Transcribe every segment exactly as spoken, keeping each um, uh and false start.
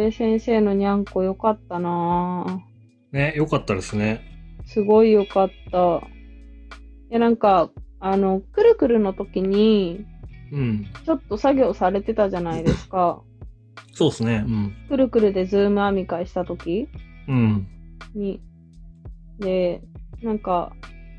江先生のにゃんこよかったなね、よかったですね。 ぁ。すごいよかった。いや、なんか、あの、くるくるの時に、 うん。 ちょっと作業されてたじゃないですか。 そうですね。うん。 くるくるでズーム編み会した時うん。 に。で、なんか、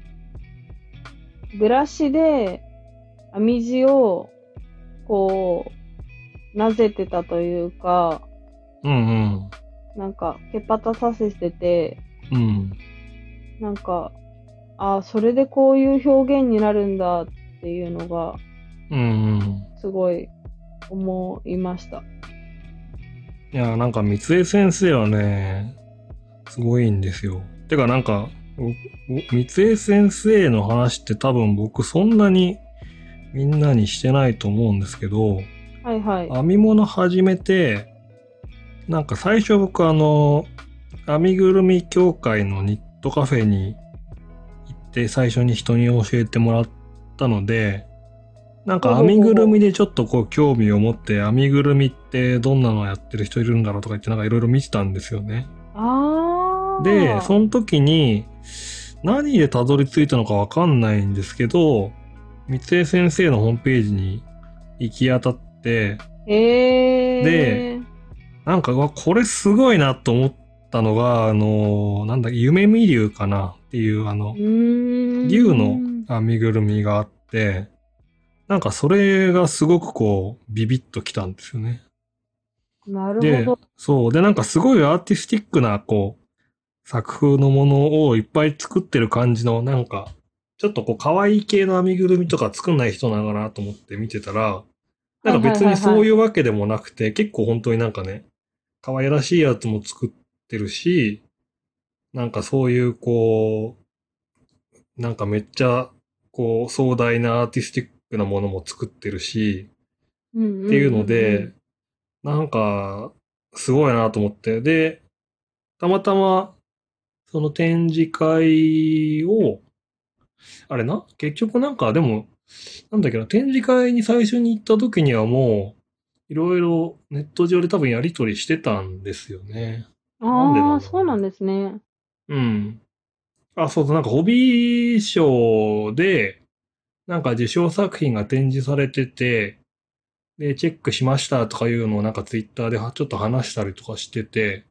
ブラシで編み地を、こう、なぜてたというか、 うんうんなんか、けぱたさせてて、 うん。 なんか、ああ、それでこういう表現になるんだっていうのが、 うんうん。 すごい思いました。 いや、なんか三江先生はね、すごいんですよ。てかなんか、おお三江先生の話って多分僕そんなにみんなにしてないと思うんですけど、 はいはい。 編み物始めて、なんか最初僕あの、編みぐるみ協会のニットカフェに行って最初に人に教えてもらったので、なんかほうほう編みぐるほうほう。 みでちょっとこう興味を持って編みぐるみってどんなのやってる人いるんだろうとか言ってなんかいろいろ見てたんですよね。で、 ああ、 その時に何でたどり着いたのかわかんないんですけど、三江先生のホームページに行き当たって、で、 ええー、 なんかこれすごいなと思ったのが、あの、なんだ、夢見竜かなっていうあの、 うー竜のん、 編みぐるみがあって、なんかそれがすごくこう、ビビッときたんですよね。で、 なるほど。 そう。で、なんかすごいアーティスティックな、こう、作風のものをいっぱい作ってる感じの、なんか、ちょっとこう、可愛い系の編みぐるみとか作んない人なのかなと思って見てたら、なんはいはいか別にはいはい。 そういうわけでもなくて、結構本当になんかね、可愛らしいやつも作ってるし、なんかそういうこう、なんかめっちゃ、こう、壮大なアーティスティックなものも作ってるし、 うんうんっていうのうんうん。 で、なんか、すごいなと思って。で、たまたま、その展示会を、あれな結局なんか、でも、なんだっけな、展示会に最初に行った時にはもう、いろいろネット上で多分やりとりしてたんですよね。なんでなああ、 んだろうな。 そうなんですね。 うん。あ、そうそう、なんかホビー賞で、なんか受賞作品が展示されてて、で、チェックしましたとかいうのをなんかツイッターではちょっと話したりとかしてて、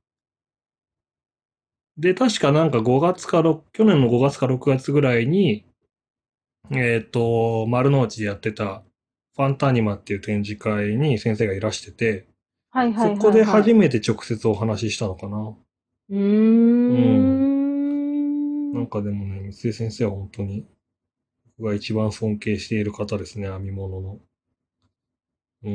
で、確かなんかごがつかろく、去年のごがつかろくがつぐらいに、えっと、丸の内でやってたファンタニマっていう展示会に先生がいらしてて、 はいはいそこではいはい。 初めて直接お話ししたのかな。 うーうん。なんん。 かでもね、三井先生は本当に僕が一番尊敬している方ですね、編み物の。うん。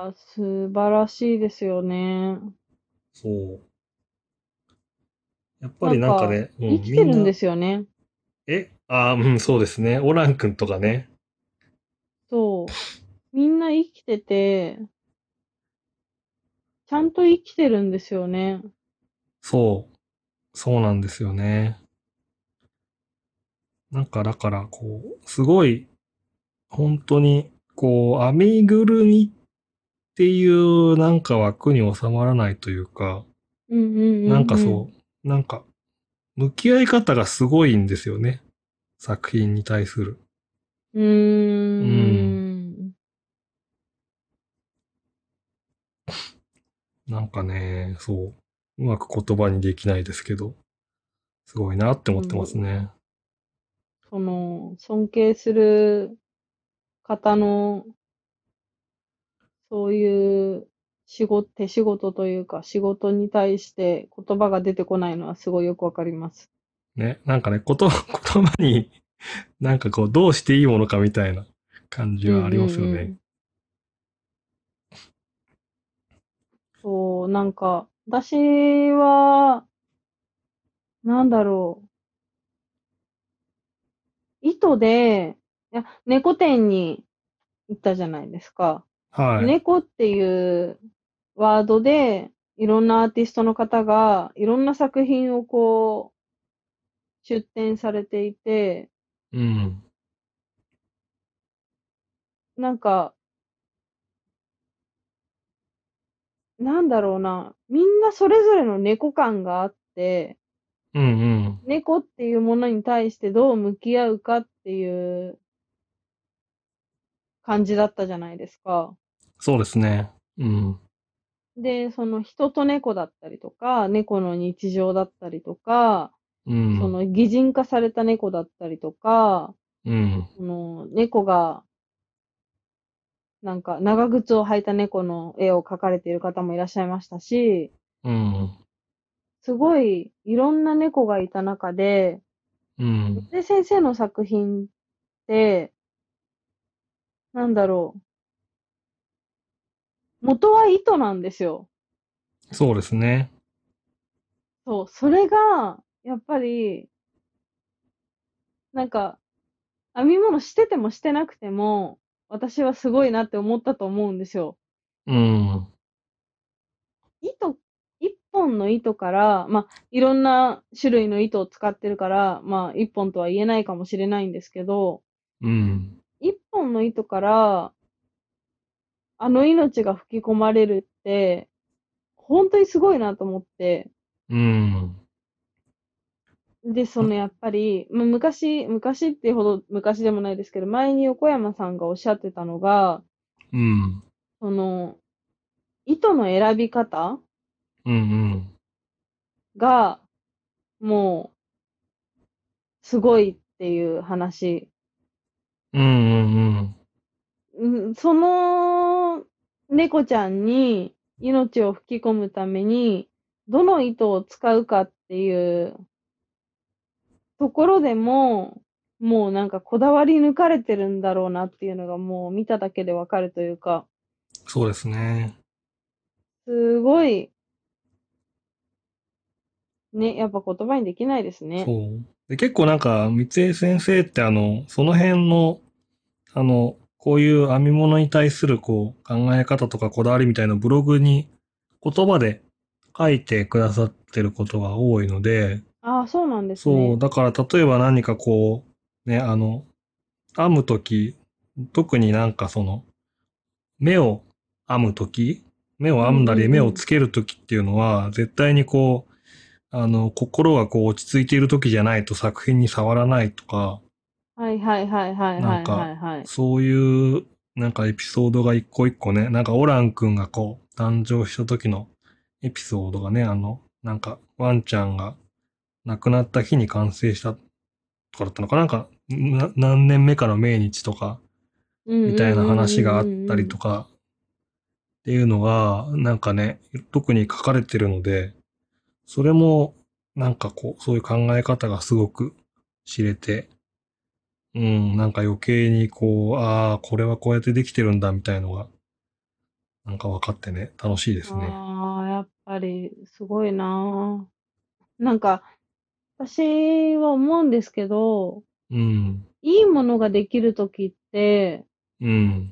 いや、素晴らしいですよね。 そう。やっぱりなんか、 なんかね、う生ん、 きてるんでみんな、 すよね。 えああ、うん、そうですね。オラン君とかね。 そう。みんな生きてて、ちゃんと生きてるんですよね。 そう。そうなんですよね。なんかだから、こう、すごい、本当に、こう、編みぐるみっていうなんか枠に収まらないというか、 うんうんなんうんうん。 かそう、なんか、向き合い方がすごいんですよね。作品に対する。 うーうん。 ん。 なんかね、そう、うまく言葉にできないですけど、すごいなって思ってますうん、 ね。 その、尊敬する方の、そういう仕事、手仕事というか、仕事に対して言葉が出てこないのはすごいよくわかります。 ね、なんかね、こと、言葉になんかこう、どうしていいものかみたいな感じうんうはありますよね。 んうん。そう、なんか、私は、なんだろう、糸で、いや、猫店に行ったじゃないですか。 はい。 猫っていうワードで、いろんなアーティストの方が、いろんな作品をこう、出展されていて、 うん。 なんか、 なんだろうな、みんなそれぞれの猫感があって、 うんうん。 猫っていうものに対してどう向き合うかっていう感じだったじゃないですか。 そうですね。うん。 で、その人と猫だったりとか、猫の日常だったりとか、 うん。 その擬人化された猫だったりとか、 うん。 その猫がなんか長靴を履いた猫の絵を描かれている方もいらっしゃいましたし、 うん。 すごいいろんな猫がいた中で、 うん。 で先生の作品って、なんだろう、元は糸なんですよ。 そうですね。 そう、それが、やっぱり、なんか、編み物しててもしてなくても、私はすごいなって思ったと思うんですよ。 うん。 糸、一本の糸から、まあ、いろんな種類の糸を使ってるから、まあ、一本とは言えないかもしれないんですけど、 うん。 一本の糸から、あの命が吹き込まれるって、本当にすごいなと思って、 うん。 で、そのやっぱり、まあ、昔、昔っていうほど昔でもないですけど、前に横山さんがおっしゃってたのが、 うん。 その、糸の選び方うん。うん。 が、もう、すごいっていう話。 うん。うん。 うんその、猫ちゃんに命を吹き込むために、どの糸を使うかっていうところでも、もうなんかこだわり抜かれてるんだろうなっていうのがもう見ただけでわかるというか、 そうですね。 すごい、ね、やっぱ言葉にできないですね。 そう。で、結構なんか、三江先生ってあの、その辺の、あの、こういう編み物に対するこう、考え方とかこだわりみたいなブログに言葉で書いてくださってることが多いので、 ああ、そうなんですそう、 ね。 だから例えば何かこう、ね、あの、編むとき、特になんかその、目を編むとき、目をうん編んだりうんうん。 目をつけるときっていうのは、絶対にこう、あの、心がこう落ち着いているときじゃないと作品に触らないとか、 はいはいはいはいはいはなんか、 いはい。 そういう、なんかエピソードが一個一個ね、なんかオラン君がこう、誕生した時のエピソードがね、あの、なんか、ワンちゃんが亡くなった日に完成したとかだったのかな、なんか、な何年目かの命日とか、 うんうんみたいな話があったうんうんうんうん。 りとか、っていうのが、なんかね、特に書かれてるので、それも、なんかこう、そういう考え方がすごく知れて、うん、なんか余計にこう、ああ、これはこうやってできてるんだみたいのが、なんか分かってね、楽しいですね。 ああ、やっぱりすごいなー。なんか、私は思うんですけど、 うん、 いいものができるときって、 うん、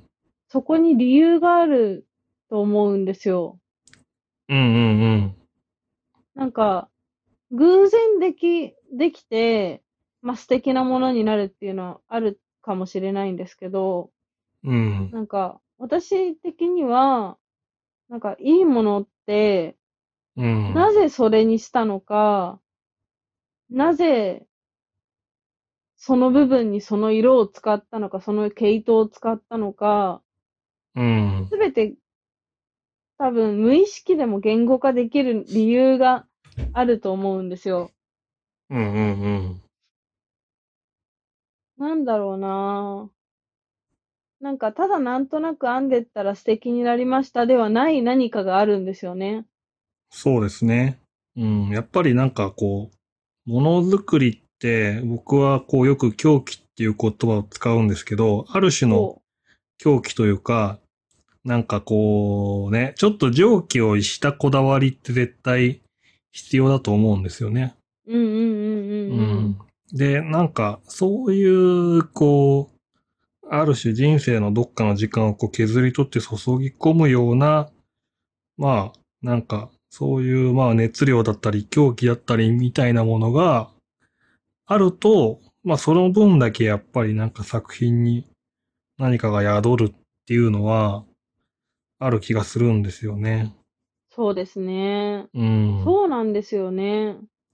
そこに理由があると思うんですよ。 うん、うん、うん、 なんか、偶然でき、できて、まあ、素敵なものになるっていうのはあるかもしれないんですけど、 うん、 なんか、私的には、なんか、いいものって、 うん、 なぜそれにしたのか、なぜその部分にその色を使ったのか、その毛糸を使ったのか、 うん、 すべて多分無意識でも言語化できる理由があると思うんですよ。 うん、うん、 なんだろうなぁ。なんか、ただなんとなく編んでったら素敵になりましたではない何かがあるんですよね。 そうですね。うん、やっぱりなんかこう、ものづくりって僕はこうよく狂気っていう言葉を使うんですけど、ある種のそ狂気というか、なんかこうね、ちょっと常軌を逸したこだわりって絶対必要だと思うんですよね。 う。うんうんうんうんうん。 うん。で、なんかそういう、こう、ある種人生のどっかの時間をこう削り取って注ぎ込むような、まあ、なんかそういうまあ熱量だったり狂気だったりみたいなものがあると、まあその分だけやっぱりなんか作品に何かが宿るっていうのはある気がするんですよね。 そうですね。 うん。 そうなんですよね。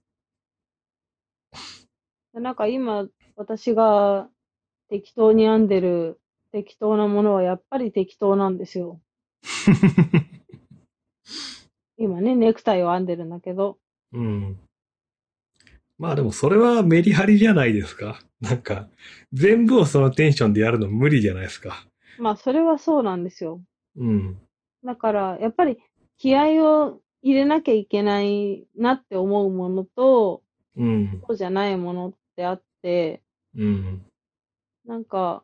なんか今、私が適当に編んでる適当なものはやっぱり適当なんですよ。今ね、ネクタイを編んでるんだけど。 うん。まあでもそれはメリハリじゃないですか。なんか、全部をそのテンションでやるの無理じゃないですか。 まあ、それはそうなんですよ。 うん。 だから、やっぱり気合を入れなきゃいけないなって思うものと、 うん。 そうじゃないものってあって、 うん。 なんか、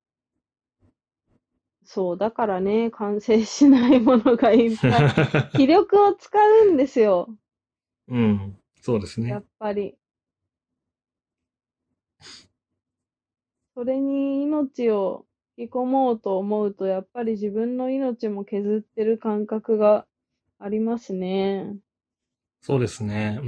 そう、だからね、完成しないものがいっぱい。気力を使うんですよ。 うん。そうですね。 やっぱり。それに命を吹き込もうと思うと、やっぱり自分の命も削ってる感覚がありますね。 そうですね。うん。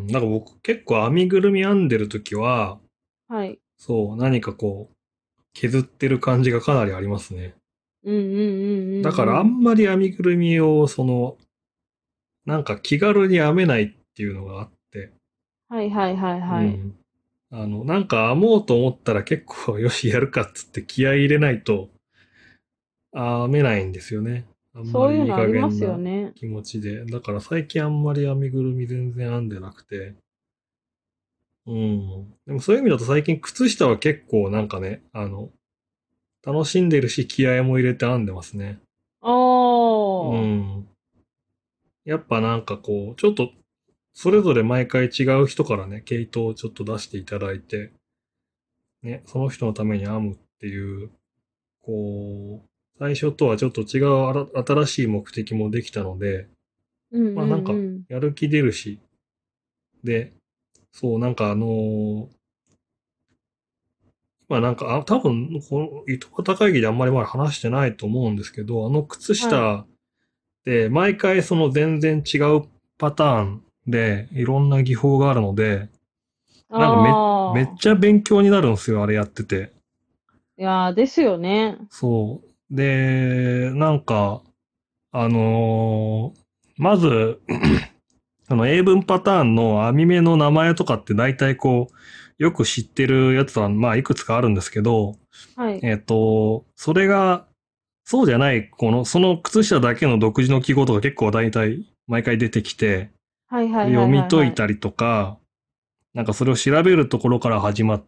なんか僕結構編みぐるみ編んでるときは、 はい。 そう、何かこう、削ってる感じがかなりありますね。 うんうんうんだうんうん。 からあんまり編みぐるみを、その、なんか気軽に編めないっていうのがあって、 はいはいはいはい。 うん。あの、なんか編もうと思ったら結構よしやるかっつって気合い入れないと編めないんですよね。あんまそういうりいい加のありますよ減なね。 気持ちで。だから最近あんまり編みぐるみ全然編んでなくて。うん。でもそういう意味だと最近靴下は結構なんかね、あの、楽しんでるし気合も入れて編んでますね。うおー。 ん。やっぱなんかこう、ちょっとそれぞれ毎回違う人からね、毛糸をちょっと出していただいて、ね、その人のために編むっていう、こう、最初とはちょっと違うあら新しい目的もできたので、 うんうんまあなんか、 うん。 やる気出るし、で、そう、なんかあのーまあなんか、あ、多分、この、糸端会議であんまりまだ話してないと思うんですけど、あの靴はい。 下って毎回その全然違うパターンでいろんな技法があるので、なんかめ、めっあー。 ちゃ勉強になるんですよ、あれやってて。 いやー、ですよね。 そう。で、なんか、あのーまず、あの英文パターンの網目の名前とかって大体こう、よく知ってるやつは、まあいくつかあるんですけど、 はい。 えっと、それが、そうじゃない、この、その靴下だけの独自の記号とか結構大体毎回出てきて、 はいはいはいで読みはいはい。 解いたりとか、なんかそれを調べるところから始まって、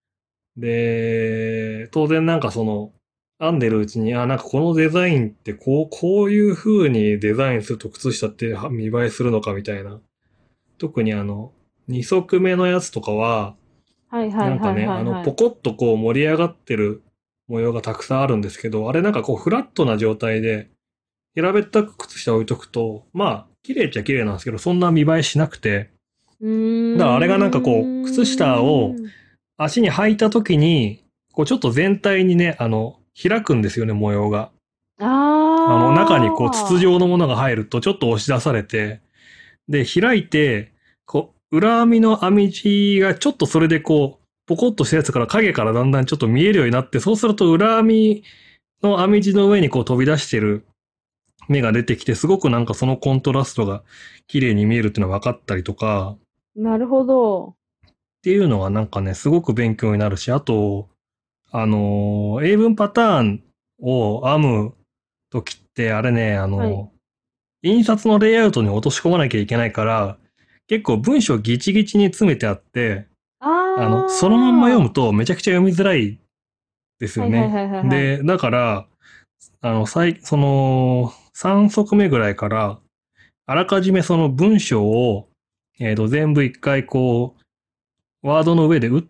で、当然なんかその、編んでるうちに、あ、なんかこのデザインってこう、こういう風にデザインすると靴下って見栄えするのかみたいな。特にあの、二足目のやつとかは、 はいはいはいなんかね、あの、 はいはい。 ポコッとこう盛り上がってる模様がたくさんあるんですけど、あれなんかこうフラットな状態で、平べったく靴下置いとくと、まあ、綺麗っちゃ綺麗なんですけど、そんな見栄えしなくて、 うだからあれがなんかこう、靴下をーん。 足に履いた時に、こうちょっと全体にね、あの、開くんですよね、模様が。あの、中にこう筒あ状のものが入るとちょっと押し出されて、で、開いて、こう、裏編みの編み地がちょっとそれでこう、ポコッとしたやつから影からだんだんちょっと見えるようになって、そうすると裏編みの編み地の上にこう飛び出してる目が出てきて、すごくなんかそのコントラストが綺麗に見えるっていうのが分かったりとか、 ー。なるほど。 っていうのはなんかね、すごく勉強になるし、あと、あのー英文パターンを編むときって、あれね、あはい。 のー印刷のレイアウトに落とし込まなきゃいけないから、結構文章ギチギチに詰めてあって、 ああの、そのまんま読むあ。 とめちゃくちゃ読みづらいですはいはいよね。 はいはいはい。 で、だから、あの、最、その、さん足目ぐらいから、あらかじめその文章を、えっと、全部一回こう、ワードの上で打って、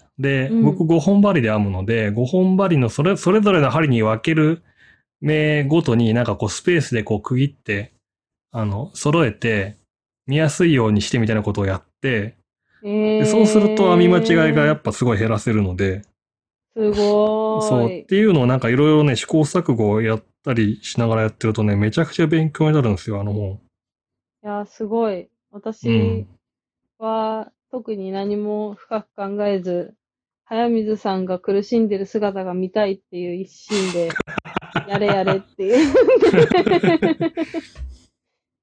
で、僕うん。 ごほん針で編むので、ごほん針のそれ、それぞれの針に分ける目ごとになんかこうスペースでこう区切って、あの、揃えて、見やすいようにしてみたいなことをやって、で、そうすると編み間違いがやええっぱすごい減らせるので、 ー、すごそう、っーい。 ていうのをなんかいろいろね、試行錯誤をやったりしながらやってるとね、めちゃくちゃ勉強になるんですよ、あの本。 いやー、すごい。私うん。 は特に何も深く考えず、早水さんが苦しんでる姿が見たいっていう一心で、やれやれっていう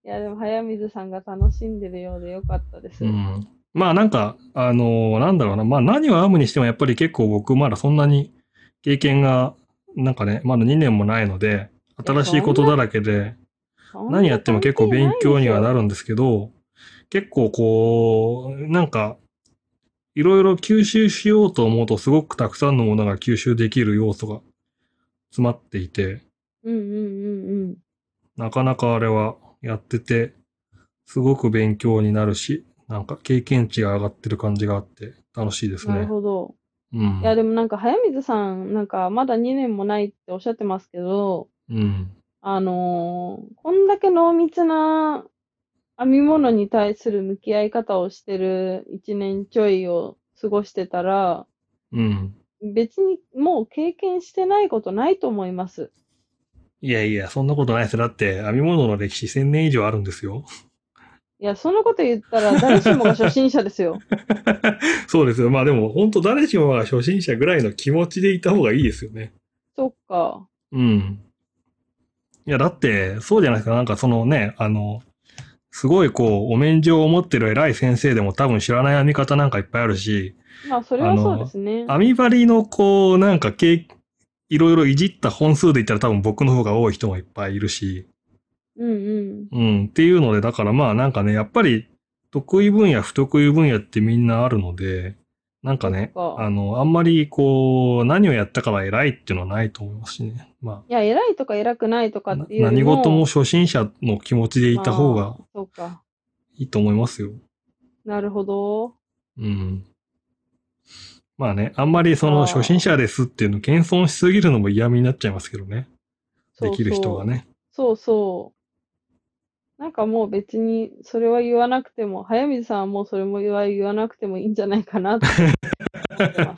いや、でも、早水さんが楽しんでるようでよかったです。 うん。まあなんか、あのーなんだろうな。まあ何を編むにしてもやっぱり結構僕まだそんなに経験が、なんかね、まだにねんもないので、 いや、 新しいそんな、 ことだらけで、 そんな何やっても結構関係な勉強にはないでしょ。 るんですけど、結構こう、なんか、いろいろ吸収しようと思うとすごくたくさんのものが吸収できる要素が詰まっていて、 うんうんうんうん。 なかなかあれはやってて、すごく勉強になるし、なんか経験値が上がってる感じがあって楽しいですなるね。 ほど。いや、 うん。 でもなんか、早水さん、なんか、まだにねんもないっておっしゃってますけど、 うん。 あのーこんだけ濃密な編み物に対する向き合い方をしてるいちねんちょいを過ごしてたら、 うん。 別にもう経験してないことないと思います。 いやいや、そんなことないです。だって、編み物の歴史せんねん以上あるんですよ。 いや、そんなこと言ったら誰しもが初心者ですよ。 そうですよ。まあでも、本当誰しもが初心者ぐらいの気持ちでいた方がいいですよね。 そっか。 うん。いや、だって、そうじゃないですか。なんかそのね、あの、すごいこう、お免状を持ってる偉い先生でも多分知らない編み方なんかいっぱいあるし、 まあ、それはそうであの、 すね。 編み針のこう、なんかけいろいろいじった本数で言ったら多分僕の方が多い人もいっぱいいるし、 うんうん。 うん、っていうので、だからまあなんかね、やっぱり得意分野、不得意分野ってみんなあるので、なんかそっね、あか。 の、あんまりこう、何をやったから偉いっていうのはないと思いますしね。まいや、偉いとか偉くないとかっあ、なていうより何事もも、 初心者の気持ちでいた方がまあ、そうか。 いいと思いますよ。 なるほど。 うん。まあね、あんまりその初心ああ、 者ですっていうの謙遜しすぎるのも嫌味になっちゃいますけどね。でそうきる人がそう。 ね。 そうそう。なんかもう別にそれは言わなくても、早水さんはもうそれも言わ言わなくてもいいんじゃないかなって思ってます。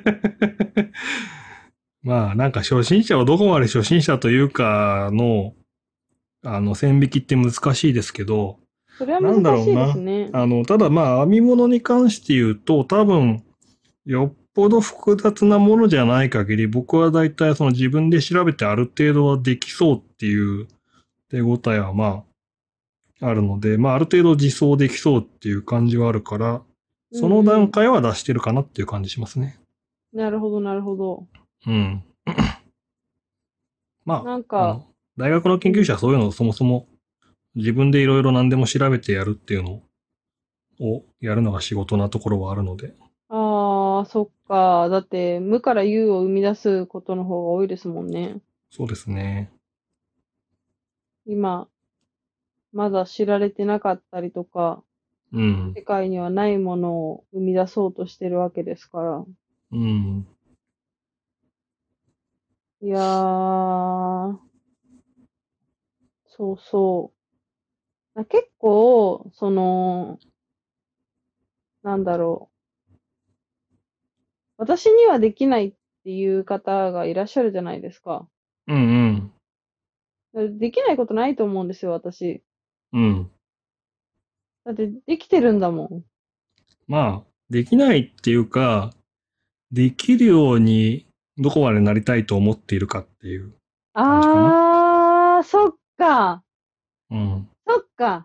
まあなんか初心者をどこまで初心者というかの、あの線引きって難しいですけど、 それは難なんだろしいですうな。 ね。 あの、ただまあ編み物に関して言うと多分よっぽど複雑なものじゃない限り僕は大体その自分で調べてある程度はできそうっていう手応えはまああるので、まあある程度自走できそうっていう感じはあるから、 うんその段うん。 階は出してるかなっていう感じしますね。 なるほど、なるほど。 うん。まあ、あなんか、 の、大学の研究うん。 者はそういうのをそもそも自分でいろいろ何でも調べてやるっていうのをやるのが仕事なところはあるので。 ああ、そっか。だって、無から有を生み出すことの方が多いですもんね。 そうですね。 今、まだ知られてなかったりとか、 うん。 世界にはないものを生み出そうとしてるわけですから。 うん。 いやー、そうそう。結構、その、なんだろう。私にはできないっていう方がいらっしゃるじゃないですか。 うんうん。 できないことないと思うんですよ、私。 うん。 だってできてるんだもん。 まあ、できないっていうか、できるようにどこまでなりたいと思っているかっていう感じかな。 あー、そっか。 うん。 そっか。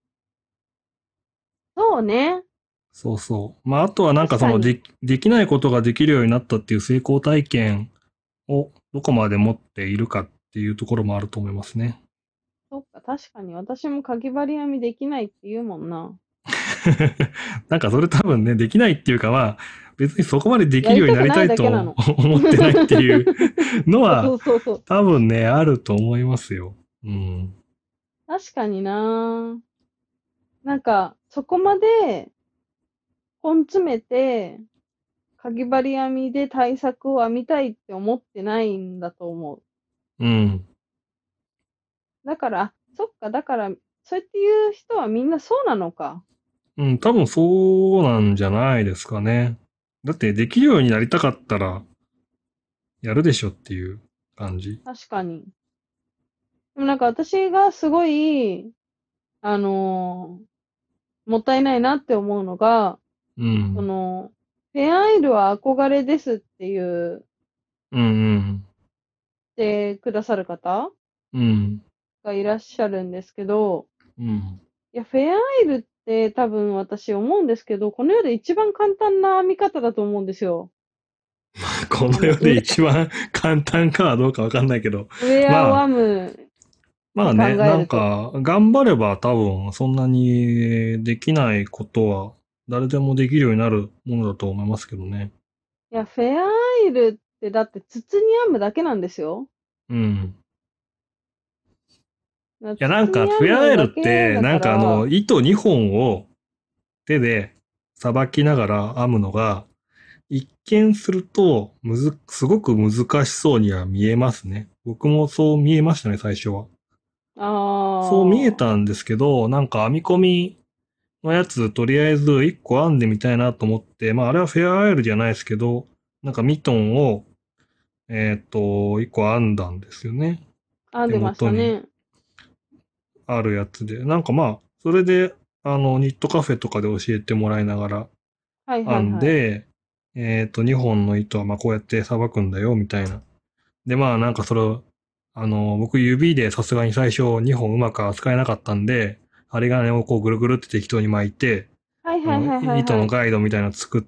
そうね。 そうそう。まあ、あとはなんかその確かに。 で、できないことができるようになったっていう成功体験をどこまで持っているかっていうところもあると思いますね。 そっか、確かに。私もかぎ針編みできないって言うもんな。 なんかそれ多分ね、できないっていうかまあ、別にそこまでできるようになりやりたくないたいとだけなの。 思ってないっていうのは、 そうそうそう。 多分ね、あると思いますよ。うん。 確かにな。なんか、そこまで根詰めて、かぎ針編みで対策を編みたいって思ってないんだと思う。 うん。 だから、あそっか、だから、そうやって言う人はみんなそうなのか。 うん、多分そうなんじゃないですかね。だってできるようになりたかったら、やるでしょっていう感じ。 確かに。でもなんか私がすごい、あのーもったいないなって思うのが、そうん。 の、ペンアイルは憧れですっていう、 うんうん。 てくださる方うん。 がいらっしゃるんですけど、 うん。 いや、フェアアイルって多分私思うんですけど、この世で一番簡単な編み方だと思うんですよ。 このあの、ウェ、 世で一番簡単かはどうかわかんないけど。 ウェアをまあ、 編むって考まあね、なんえると。 か、頑張れば多分そんなにできないことは誰でもできるようになるものだと思いますけどね。 いや、フェアアイルってだって筒に編むだけなんですよ。 うん。 ないや、なんか、 筒に編フェアエルむだって、 けだなんかあの、 から、 糸にほんを手でさばきながら編むのが、一見すると、むず、すごく難しそうには見えますね。僕もそう見えましたね、最初は。そう見えあたんですけど、なんか編み込みのやつ、とりあえず一個編んでみたいなと思って、まああれはフェアアイルじゃないですけど、なんかミトンを、えっと、一個編んだんですよね。 あ、編ん手でまし元にたね。 あるやつで。なんかまあ、それで、あの、ニットカフェとかで教えてもらいながらはいは編んいはい。 で、えっと、にほんの糸はまあこうやってさばくんだよ、みたいな。で、まあなんかそれを、あの、僕指でさすがに最初にほんうまく扱えなかったんで、針金をこうぐるぐるって適当に巻いて、そのはいはいはいはいはい。 糸のガイドみたいなの作って、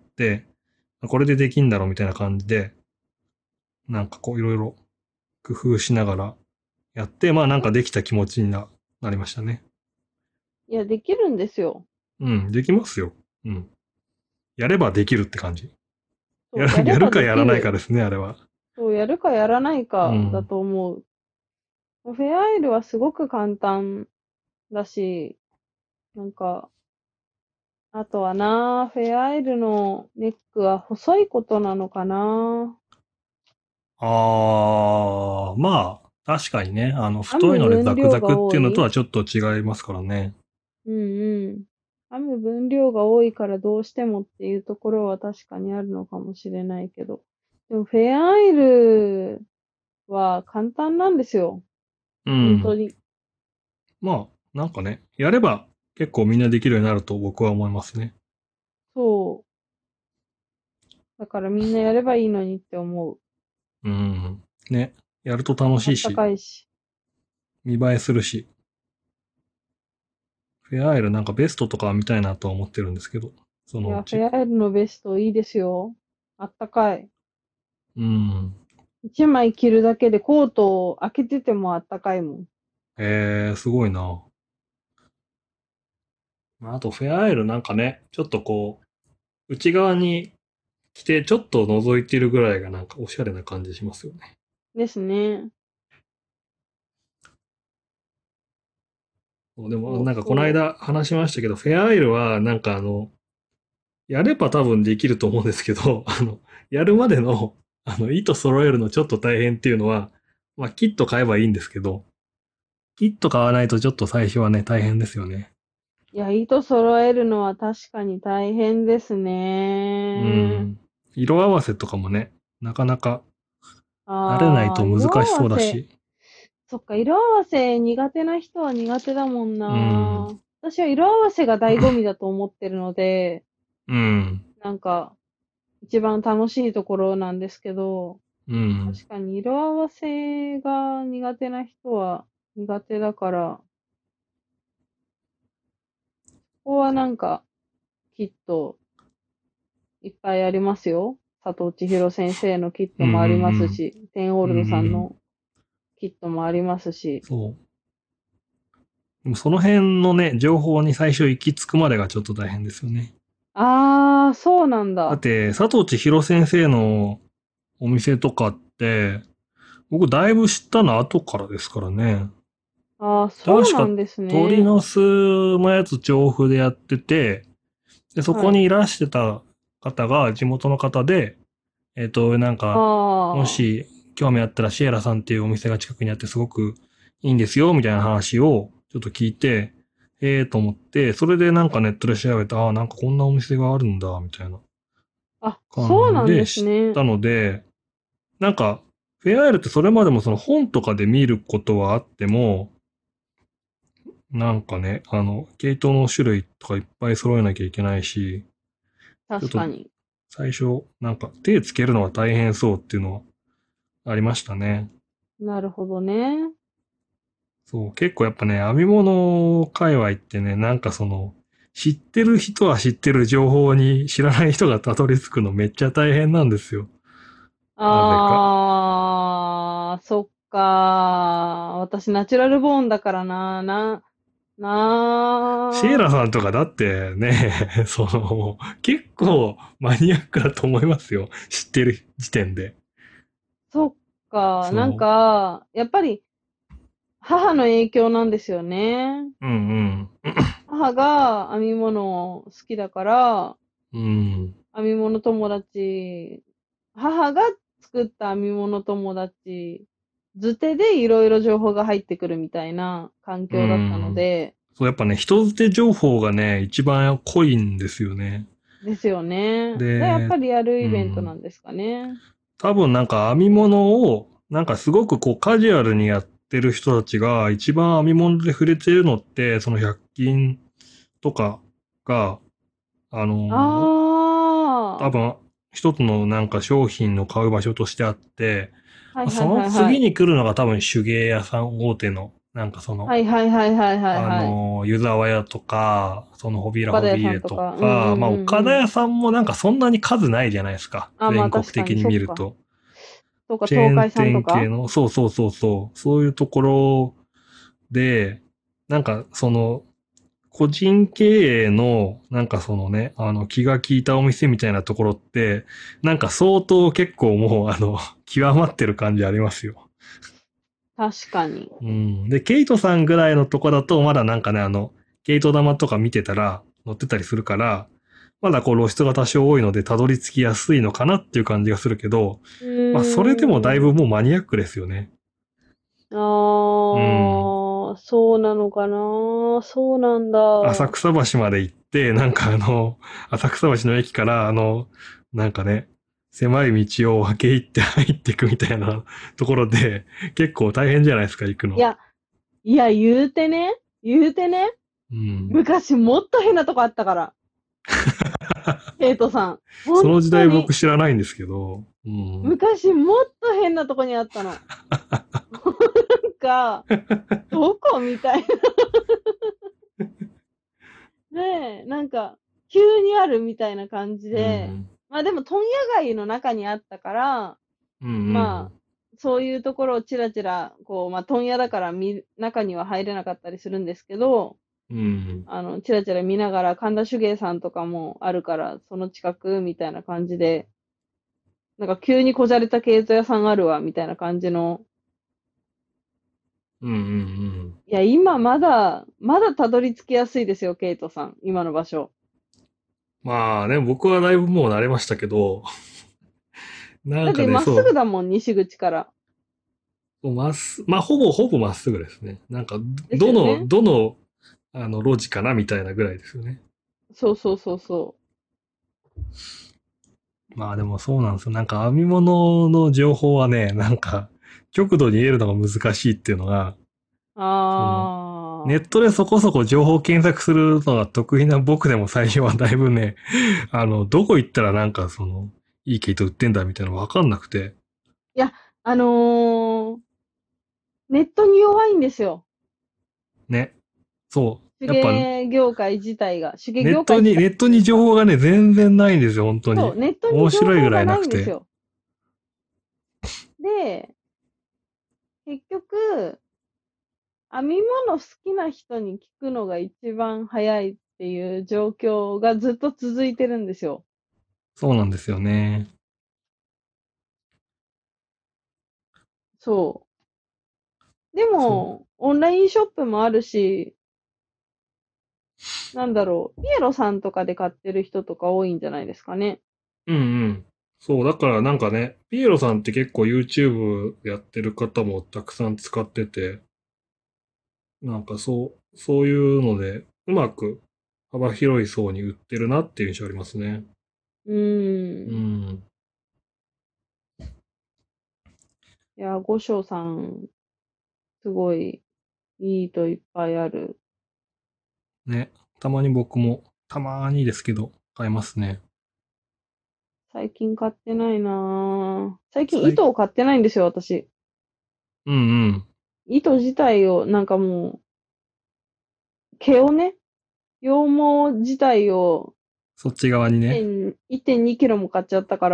これでできんだろうみたいな感じで、なんかこういろいろ工夫しながらやって、まあなんかできた気持ちにな、なりましたね。 いや、できるんですよ。 うん、できますよ。うん。やればできるって感じ。 そう、 やる、 やればやるかやらないかできる。 ですね、あれは。 そう、やるかやらないかだうん。 と思う。フェアアイルはすごく簡単だし、なんか、あとはな、フェアアイルのネックは細いことなのかな。 ああ、まあ、確かにね。あの、 編む太いのでザク分量がザクっていうのと多い。 はちょっと違いますからね。 うんうん。編む分量が多いからどうしてもっていうところは確かにあるのかもしれないけど。でもフェアアイルは簡単なんですよ。 うん。 本当に。 まあ、なんかね、やれば結構みんなできるようになると僕は思いますね。 そう。だからみんなやればいいのにって思う。 うん。ね。やると楽あったしいし、 かいし。 見栄えするし、フェアアイルなんかベストとか見たいなとは思ってるんですけど、そいや、フのうち。 ェアアイルのベストいいですよ。あったかい。 うん。 一枚着るだけでコートを開けててもあったかいもん。 えー、すごいな。まああとフェアアイルなんかね、ちょっとこう、内側に着てちょっと覗いてるぐらいがなんかおしゃれな感じしますよね。 ですね。 でもそうなんかこのそ間話しましたけど、フェアアイルはなんかあの、やれば多分できると思うんですけど、あの、やるまでの、あの、糸揃えるのちょっと大変っていうのは、まあ、キット買えばいいんですけど、キット買わないとちょっと最初はね、大変ですよね。 う。いや、糸揃えるのは確かに大変ですうね。 ん。色合わせとかもね、なかなか慣れないああ、 と難色し合わせ。 そうだし。 そっか、色合わせ苦手な人は苦手だもんうん。 な。私は色合わせが醍醐味だと思ってるので、 うん。 なんか、一番楽しいところなんですけど、 うん。 確かに色合わせが苦手な人は苦手だから、ここはなんか、きっといっぱいありますよ。佐藤千尋先生のキッうん。うん。 トもありますうん。 し、テンオーうん。 ルドさんうん。 のキットもありますし。 そう。でもその辺のね、情報に最初行き着くまでがちょっと大変ですよね。 あー、そうなんだ。 だって、佐藤千尋先生のお店とかって、僕だいぶ知ったの後からですからね。 あー、そう確か、 なんですね。 鳥の巣のやつ調布でやってて、で、そこはい。 にいらしてた方が地元の方で、えっと、なんか、もあー、 し興味あったらシエラさんっていうお店が近くにあってすごくいいんですよ、みたいな話をちょっと聞いて、ええと思って、それでなんかネットで調べて、ああ、なんかこんなお店があるんだ、みたいなあ、そうなんで感じですね。 知ったので、なんか、フェアアイルってそれまでもその本とかで見ることはあっても、なんかね、あの、毛糸の種類とかいっぱい揃えなきゃいけないし、ちょっと確かに。 最初、なんか手つけるのは大変そうっていうのはありましたね。 なるほどね。 そう、結構やっぱね、編み物界隈ってね、なんかその、知ってる人は知ってる情報に知らない人がたどり着くのめっちゃ大変なんですよ。なぜか。 あー、そっか。私ナチュラルボーンだからな。な、 シエラなさんとかだってね、その、結構マニアックだと思いますよ。知ってる時点で。 そっか。なんそか、やっぱり母の影響なんですよね。 う。うん母が編み物好きだから、 うん。うん。 編み物友達、母が作った編み物友達、図手でいろいろ情報が入ってくるみたいな環う境だったのん。 で、 そう、やっぱね、人づて情報がね、一番濃いんですよね。 ですよね。で、やっで、 ぱりやるうイベントなん。 んですかね。 多分なんか編み物を、なんかすごくこうカジュアルにやってる人たちが一番編み物で触れてるのって、そのひゃく均とかが、あのー多あ分一つのなんか商品の買う場所としてあって、 あ、はいはいそのはいはい。 次に来るのが多分手芸屋さん大手の、なんかその、 はいはいはいはいはいあはい。 のー湯沢屋とか、そのホビーラホ岡田屋ビーレとさんとか。うんうか、まあんうんうん。 岡田屋さんもなんかそんなに数ないじゃないですか。 あ、ま全あ確かに、 国的にそっか。 見ると。 そうか、 チェーン東海さんとか。 店系の、そうそうそうそう、そういうところで、なんかその、個人経営の、なんかそのね、あの、気が利いたお店みたいなところって、なんか相当結構もう、あの、極まってる感じありますよ。 確かに。 うん。で、ケイトさんぐらいのとこだと、まだなんかね、あの、ケイト玉とか見てたら、載ってたりするから、まだこう露出が多少多いので、たどり着きやすいのかなっていう感じがするけど、 うまあ、それでもだいぶーん。 もうマニアックですよね。 あうん。 あ、そうなのかな。そうなんだ。 浅草橋まで行って、なんかあの、浅草橋の駅から、あの、なんかね、狭い道を分け入って入っていくみたいなところで、結構大変じゃないですか、行くの。 いや、いや、言うてね、言うてね、 うん。 昔もっと変なとこあったから、ケイトさん。本その時代僕当に。 知らないんですけど、うん。 昔もっと変なとこにあったの。なんか、どこみたいな。ねえ、なんか、急にあるみたいな感じうで、 ん。 まあでも問屋街の中にあったから、 うんうんまあ、そういうところをちらちら、こう、まあ問屋だから見、中には入れなかったりするんですけど、 うん。うん。 あの、ちらちら見ながら、神田手芸さんとかもあるから、その近くみたいな感じで、なんか急にこじゃれた系統屋さんあるわ、みたいな感じの。 うんうんうん。 いや、今まだ、まだたどり着きやすいですよ、ケイトさん。今の場所。 まあね、僕はだいぶもう慣れましたけど、なんかね、 だってまっすぐそだもん、西口から。 う、まっす、まあほぼほぼまっすぐですね。なんか、どの、 ですよね。 どの、あの、路地かなみたいなぐらいですよね。 そうそうそうそまあでもそうなんですよ。なんか編み物の情報はね、なんか、極度に得るのが難しいっていうのが、 う。 その、 あー。 ネットでそこそこ情報検索するのが得意な僕でも最初はだいぶね、あの、どこ行ったらなんかその、いい毛糸売ってんだみたいなのわかんなくて。 いや、あのー、ネットに弱いんですよ。 ね。そう。 手やっぱ、 芸業界自体が。手芸ネットに、 業界自体ネットにというか。 情報がね、全然ないんですよ、本当に。 そう、ネットに面白いぐら情報がないなくて。 いんですよ。で、結局、編み物好きな人に聞くのが一番早いっていう状況がずっと続いてるんですよ。 そうなんですよね。 そう。でそう。 も、オンラインショップもあるし、なんだろう、ピエロさんとかで買ってる人とか多いんじゃないですかね。 うんうん。そう、だからなんかね、ピエロさんって結構 YouTube やってる方もたくさん使ってて、なんかそう、そういうので、うまく幅広い層に売ってるなっていう印象ありますね。 うーうん。 ん。 いや、五章さん、すごい、いいといっぱいある。 ね。たまに僕も、たまにですけど、買いますね。 最近買ってないなぁ。最近最、 糸を買ってないんですよ、私。 うんうん。 糸自体を、なんかもう、毛をね、羊毛自体をそっち側にね。 いってんにキロも買っちゃったから、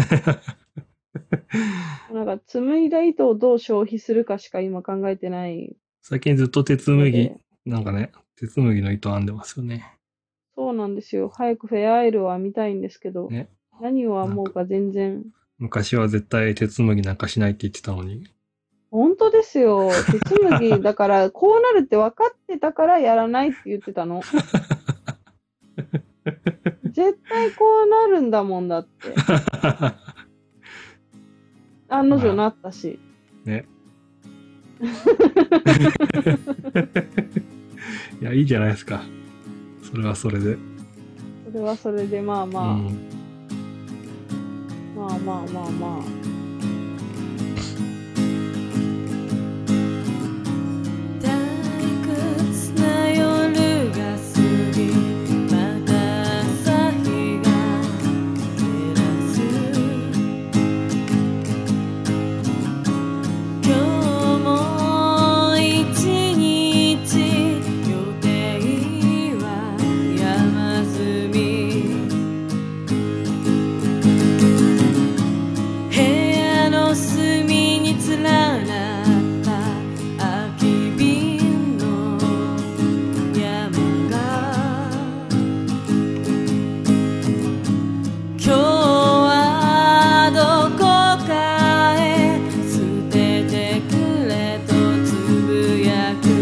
なんか紡いだ糸をどう消費するかしか今考えてない最近ずっと鉄麦、 ので、 なんかね、鉄麦の糸編んでますよね。 そうなんですよ。早くフェアアイルを編みたいんですけど、 ね。 何を編なんか、 もうか全然。 昔は絶対鉄麦なんかしないって言ってたのに。 本当ですよ。手紡ぎ、だから、こうなるって分かってたからやらないって言ってたの。絶対こうなるんだもんだって。案の定まなったし。 あ、ね。いや、いいじゃないですか。それはそれで。 それはそれで、まあうまん。 あ、まあまあまあまあ。 退屈な夜が過ぎ、また朝日が照らす。今日も一日予定は山積み。部屋の隅に連なった空き瓶の山が、今日はどこかへ捨ててくれとつぶやく。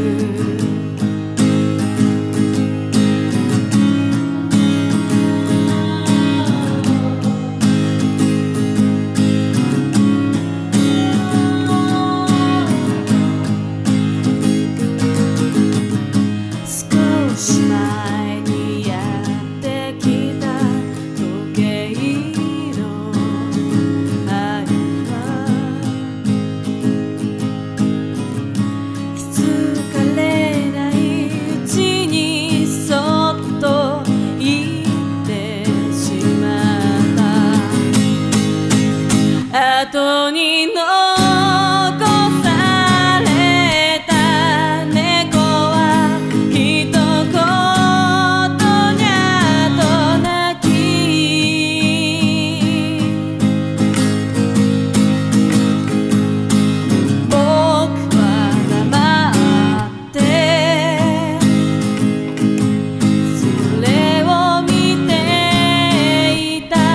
少し前にやってきた時計の針は、気づかれないうちにそっと行ってしまった。後に残された猫は一言にゃと泣き、僕は黙ってそれを見ていた。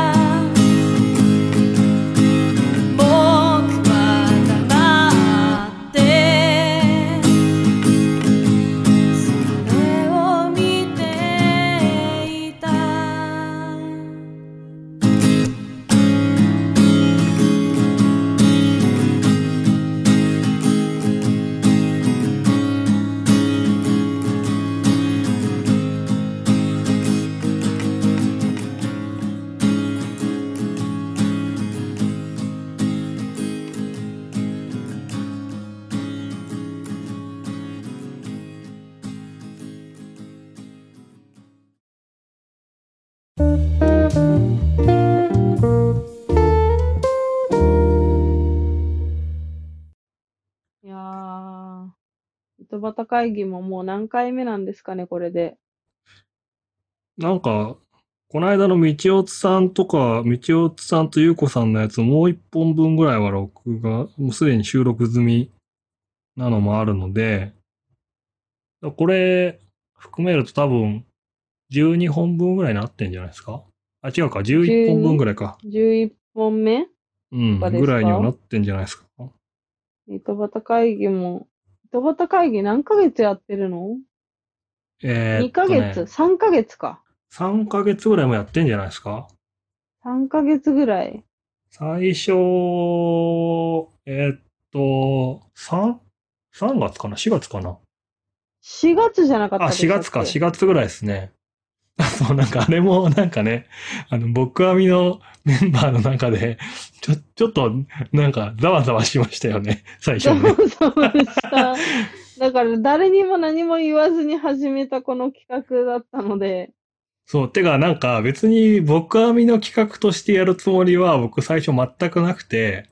僕は黙ってそれを見ていた。 いやー、糸端会議ももう何回目なんですかね、これで。 なんか、この間のみちおつさんとか、みちおつさんとゆうこさんのやつもう一本分ぐらいは録画、もうすでに収録済みなのもあるので、これ含めると多分じゅうにほんぶんぐらいになってんじゃないですか？あ、違うか、じゅういっぽんぶんぐらいか。 じゅういっぽんめうん、 とかですかぐらいにはなってんじゃないですか。 糸端会議も。糸端会議何ヶ月やってるの？ えーにっとヶ月ね、 ?さん ヶ月か。 さんかげつぐらいもやってんじゃないですか？ さんかげつぐらい。 最初、えーっと、さん?さん 月かな？ し 月かな？ しがつじゃなかっあ、 たでしたっけ？ しがつか、しがつぐらいですね。そう、なんかあれもなんかね、あの、僕編みのメンバーの中で、ちょ、ちょっと、なんか、ざわざわしましたよね、最ざわ初ね。 ざわした。だから誰にも何も言わずに始めたこの企画だったので、 そう、てかなんか別に僕編みの企画としてやるつもりは僕最初全くなくて、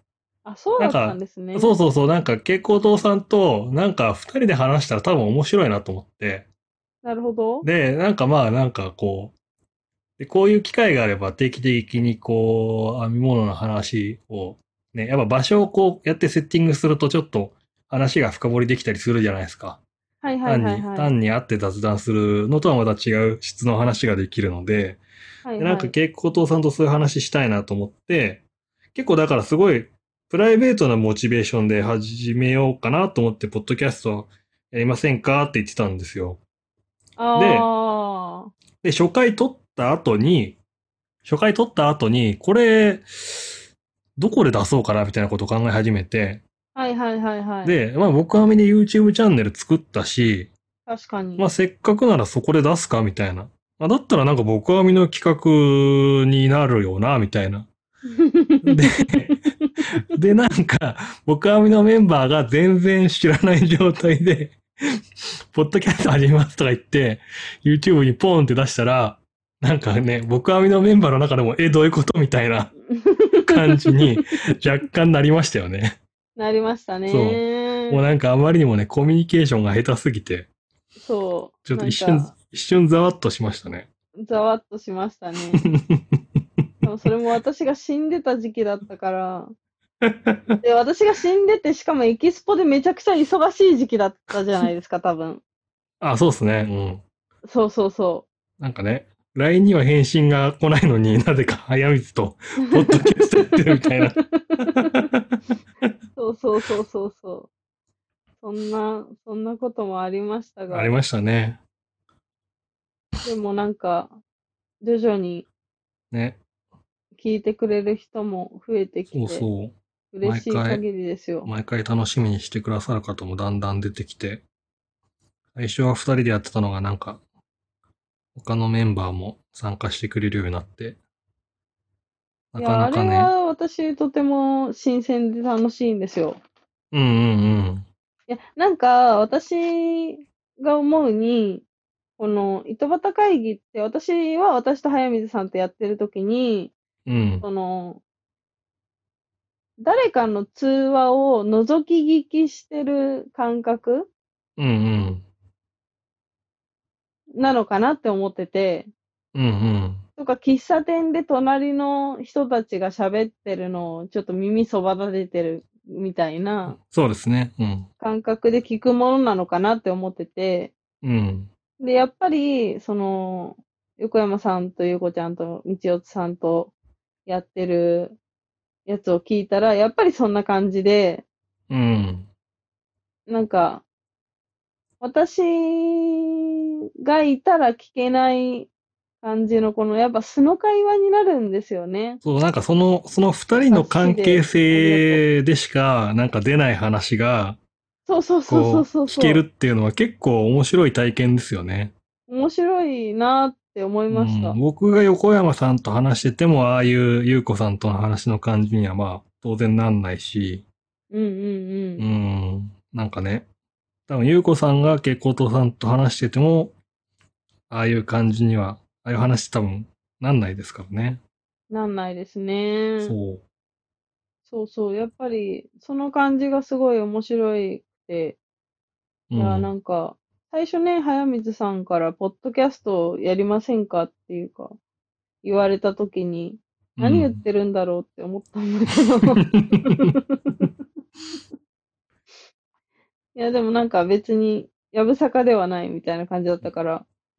あ、そうだったなんか、 んですね。 そうそうそう、なんか、蛍光灯さんと、なんか、二人で話したら多分面白いなと思って。 なるほど。 で、なんかまあ、なんかこう、で、こういう機会があれば定期的にこう、編み物の話を、ね、やっぱ場所をこうやってセッティングするとちょっと話が深掘りできたりするじゃないですか。 はいはい単に、 はいはい。 単に会って雑談するのとはまた違う質の話ができるので、でなんかはいはい。 蛍光灯さんとそういう話したいなと思って、結構だからすごいプライベートなモチベーションで始めようかなと思って、ポッドキャストやりませんかって言ってたんですよ。で、 ああ。 で、初回撮った後に、初回撮った後に、これ、どこで出そうかなみたいなことを考え始めて、 はいはいはいはい。 で、まあ僕はみで YouTube チャンネル作ったし、 確かに。 まあせっかくならそこで出すかみたいな。あだったらなんか僕はみの企画になるよな、みたいな。で、でなんか僕はみのメンバーが全然知らない状態で、ポッドキャスト始めますとか言って、YouTube にポーンって出したら、なんかね、僕はみのメンバーの中でも、え、どういうことみたいな感じに若干なりましたよね。 なりましたそう。 ね。 もうなんかあまりにもね、コミュニケーションが下手すぎて、 そう。 ちょっとなん一瞬か、、 一瞬ざわっとしましたね。 ざわっとしましたね。でもそれも私が死んでた時期だったから。で、私が死んでて、しかもエキスポでめちゃくちゃ忙しい時期だったじゃないですか、多分。 あ、そうですね。 そうそうそうん。なんかね、ライン には返信が来ないのになぜか早水とポッドキャストやってるみたいな。 う。そうそうそうそうそう。そんな、そんなこともありましたが、 ありましたね。 でもなんか、徐々にね。 聞いてくれる人も増えてきそうて、 そう。 嬉毎回、 しい限りですよ。 毎回楽しみにしてくださる方もだんだん出てきて、最初は二人でやってたのがなんか、他のメンバーも参加してくれるようになって、ないかや、あれなかね、 は私とても新鮮で楽しいんですよ。 うんうんいや、なんか、私が思うに、この、糸端会議って、私は私と早水さんとやってるときに、 うん。うん。 その、誰かの通話を覗き聞きしてる感覚うんうん。 なのかなって思ってて、 うんうん。 とか、喫茶店で隣の人たちが喋ってるのをちょっと耳そば立ててるみたいなそうですね。うん。 感覚で聞くものなのかなって思ってて、 うん。 で、やっぱり、その、横山さんとゆうこちゃんとみちおつさんとやってるやつを聞いたら、やっぱりそんな感じで、 うん。 なんか、私がいたら聞けない感じの、この、やっぱ素の会話になるんですよね。 そう、なんかその、その二人の関係性でしか、なんか出ない話が、 そうそうそうそうこう、 そうそう。 聞けるっていうのは結構面白い体験ですよね。 面白いなって思いうん、 ました。 僕が横山さんと話してても、ああいう優子さんとの話の感じにはまあ、当然なんないし、 うんうんう。 うんん、なんかね、多分優子さんが蛍光灯さんと話してても、ああいう感じには、ああいう話多分なんないですからね。 なんないですね。 そそうそう。やっぱり、その感じがすごい面白いくて、 う。 いや、なうん。 んか、最初ね、早水さんから、ポッドキャストやりませんかっていうか、言われたときに、何言っうん。 てるんだろうって思ったんだけど。いや、でもなんか別に、やぶさかではないみたいな感じだったから、 うん。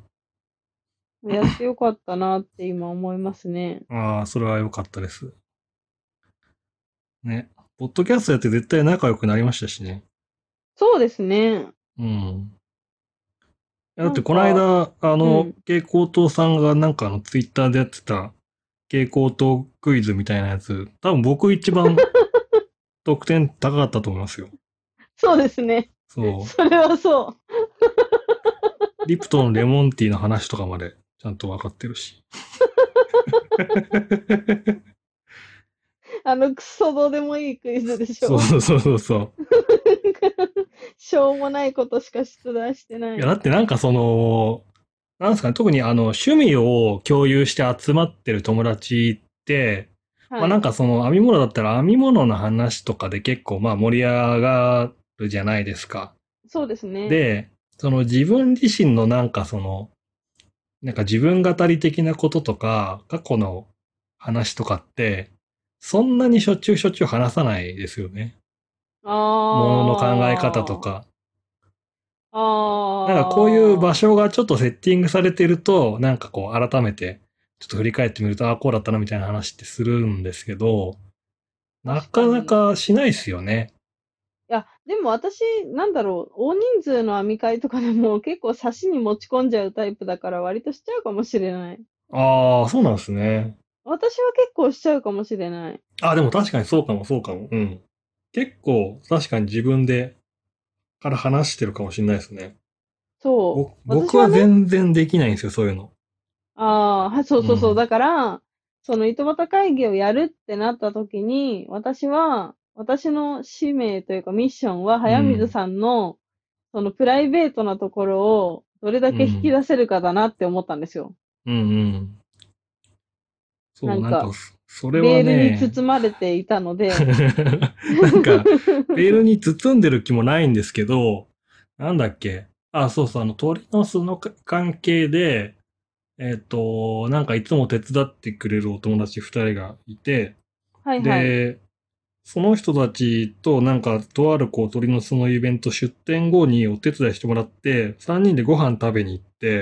やってよかったなって今思いますね。 ああ、それは良かったです。ね。ポッドキャストやって絶対仲良くなりましたしね。 そうですね。 うん。だってこのなんか、 間、あの、 うん。 蛍光灯さんがなんかあの、ツイッターでやってた蛍光灯クイズみたいなやつ、多分僕一番得点高かったと思いますよ。 そうですね。 そそれはそう。 う。リプトンレモンティーの話とかまでちゃんと分かってるし。 あの、クソどうでもいいクイズでしょ。 そうそうそうそうそう。 しょうもないことしか出題してないや、だい。 ってなんかその、なんですかね、特にあの、趣味を共有して集まってる友達って、 まあなはい。 んかその編み物だったら編み物の話とかで結構まあ盛り上がるじゃないですか。 そうですね。 で、その自分自身のなんかその、なんか自分語り的なこととか、過去の話とかって、そんなにしょっちゅうしょっちゅう話さないですよね。ものの考え方とあか。 あ、 なんかこういう場ああ、 所がちょっとセッティングされてると、なんかこう改めて、ちょっと振り返ってみると、ああ、こうだったなみたいな話ってするんですけど、なかな確かに。いかしないですよね。 や、でも私、なんだろう、大人数の編み会とかでも結構差しに持ち込んじゃうタイプだから割としちゃうかもしれない。 ああ、そうなんですね。 私は結構しちゃうかもしれない。 あ、でも確かにそうかも、そうかも。うん。結構、確かに自分で、から話してるかもしれないですね。ぼ、 そう。私はね、 僕は全然できないんですよ、そういうの。 ああ、はい、そうそうそう。 うん。 だから、その糸端会議をやるってなった時に、私は、私の使命というかミッションは、 うん。 早水さんの、そのプライベートなところを、どれだけ引きうん。 出せるかだなって思ったんですよ。 うんうん。そう、なんか、 なんか、 そそれはベールにね、 包まれていたので、 なんか、ベールに包んでる気もないんですけど、なんだっけ。あ、そうそう、あの、鳥の巣のか関係で、えっと、なんかいつも手伝ってくれるお友達二人がいて、 はいはい。 で、その人たちとなんか、とあるこう鳥の巣のイベント出店後にお手伝いしてもらって、三人でご飯食べに行って、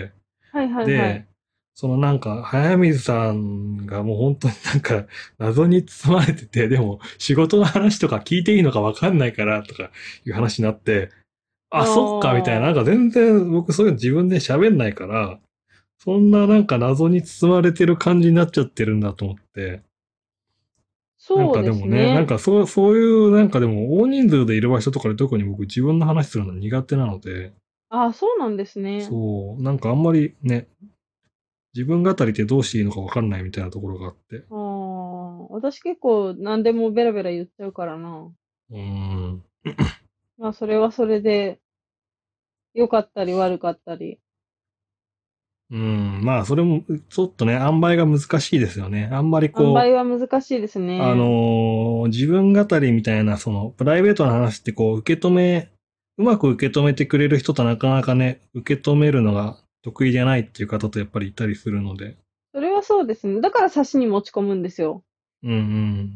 はいはいはい。 で、そのなんか、早水さんがもう本当になんか謎に包まれてて、でも仕事の話とか聞いていいのかわかんないからとかいう話になって、 ああ、そっかみたいな、なんかあ、 全然僕そういうの自分で喋んないから、そんななんか謎に包まれてる感じになっちゃってるんだと思って、なんそうでかでもね、なんすね。 かそう、そういうなんかでも大人数でいる場所とかで特に僕自分の話するの苦手なので、 ああ、そうなんですね。 そう、なんかあんまりね、自分語りってどうしていいのかわかんないみたいなところがあって。 ああ、私結構何でもベラベラ言っちゃうからな。 うーん。 まあ、それはそれで良かったり悪かったり。 うん。まあ、それも、ちょっとね、塩梅が難しいですよね。あんまり塩梅こう、 は難しいですあね。 のー自分語りみたいな、その、プライベートな話ってこう、受け止め、うまく受け止めてくれる人となかなかね、受け止めるのが得意じゃないっていう方とやっぱりいたりするので。 それはそうですね。だから差しに持ち込むんですよ。 うんうん。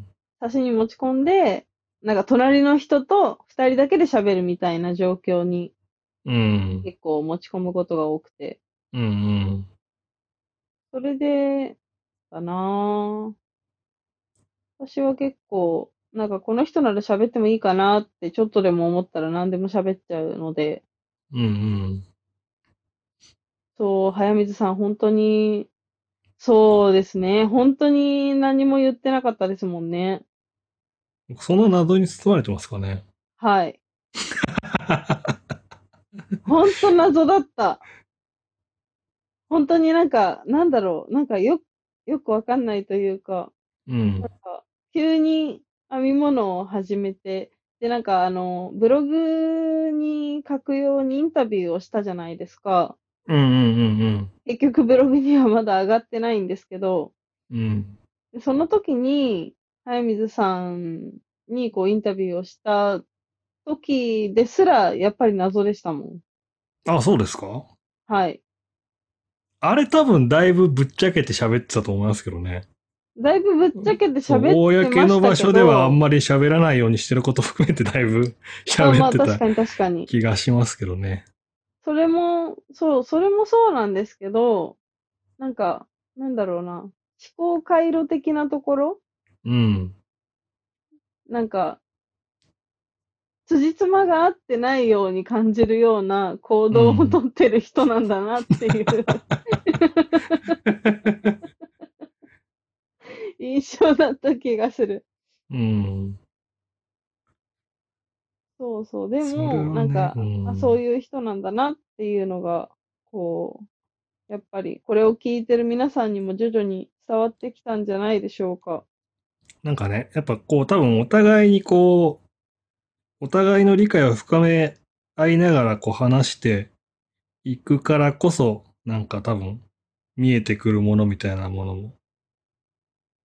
差しに持ち込んで、なんか隣の人と二人だけで喋るみたいな状況にうん。 結構持ち込むことが多くて。 うんうん。 それで、かなぁ。私は結構、なんかこの人なら喋ってもいいかなってちょっとでも思ったら何でも喋っちゃうので、 うんそう、早水さん本当に、そうですね。本当に何も言ってなかったですもんね。 うん。その謎に包まれてますかね。 はい。本当謎だった。本当になんか、なんだろう。なんかよ、よくわかんないというか、 うん。 急に編み物を始めて、で、なんかあの、ブログに書くようにインタビューをしたじゃないですか。 うんうんうん結局ブログにはまだ上がってないんですけど、 うん。うん。 でその時に、早水さんにこうインタビューをした時ですら、やっぱり謎でしたもん。 あ、そうですか？ はい。 あれ多分だいぶぶっちゃけて喋ってたと思いますけどね。 だいぶぶっちゃけてそう、 喋って公ましたけの場所ではあんど、 まり喋らないようにしてること含めてだいぶあ、まあ喋ってた確かに確かに。 気がしますけどね。 それも、そう、それもそうなんですけど、なんか、なんだろうな。思考回路的なところうん。 なんか、辻褄が合ってないように感じるような行動をとうん。 ってる人なんだなっていう印象だった気がする。 うん。 そうそう。でそれも、 はね、うなんか、あ、そうん。 いう人なんだなっていうのが、こう、やっぱりこれを聞いてる皆さんにも徐々に伝わってきたんじゃないでしょうか。 なんかね、やっぱこう多分お互いにこう、お互いの理解を深め合いながらこう話していくからこそ、なんか多分見えてくるものみたいなものも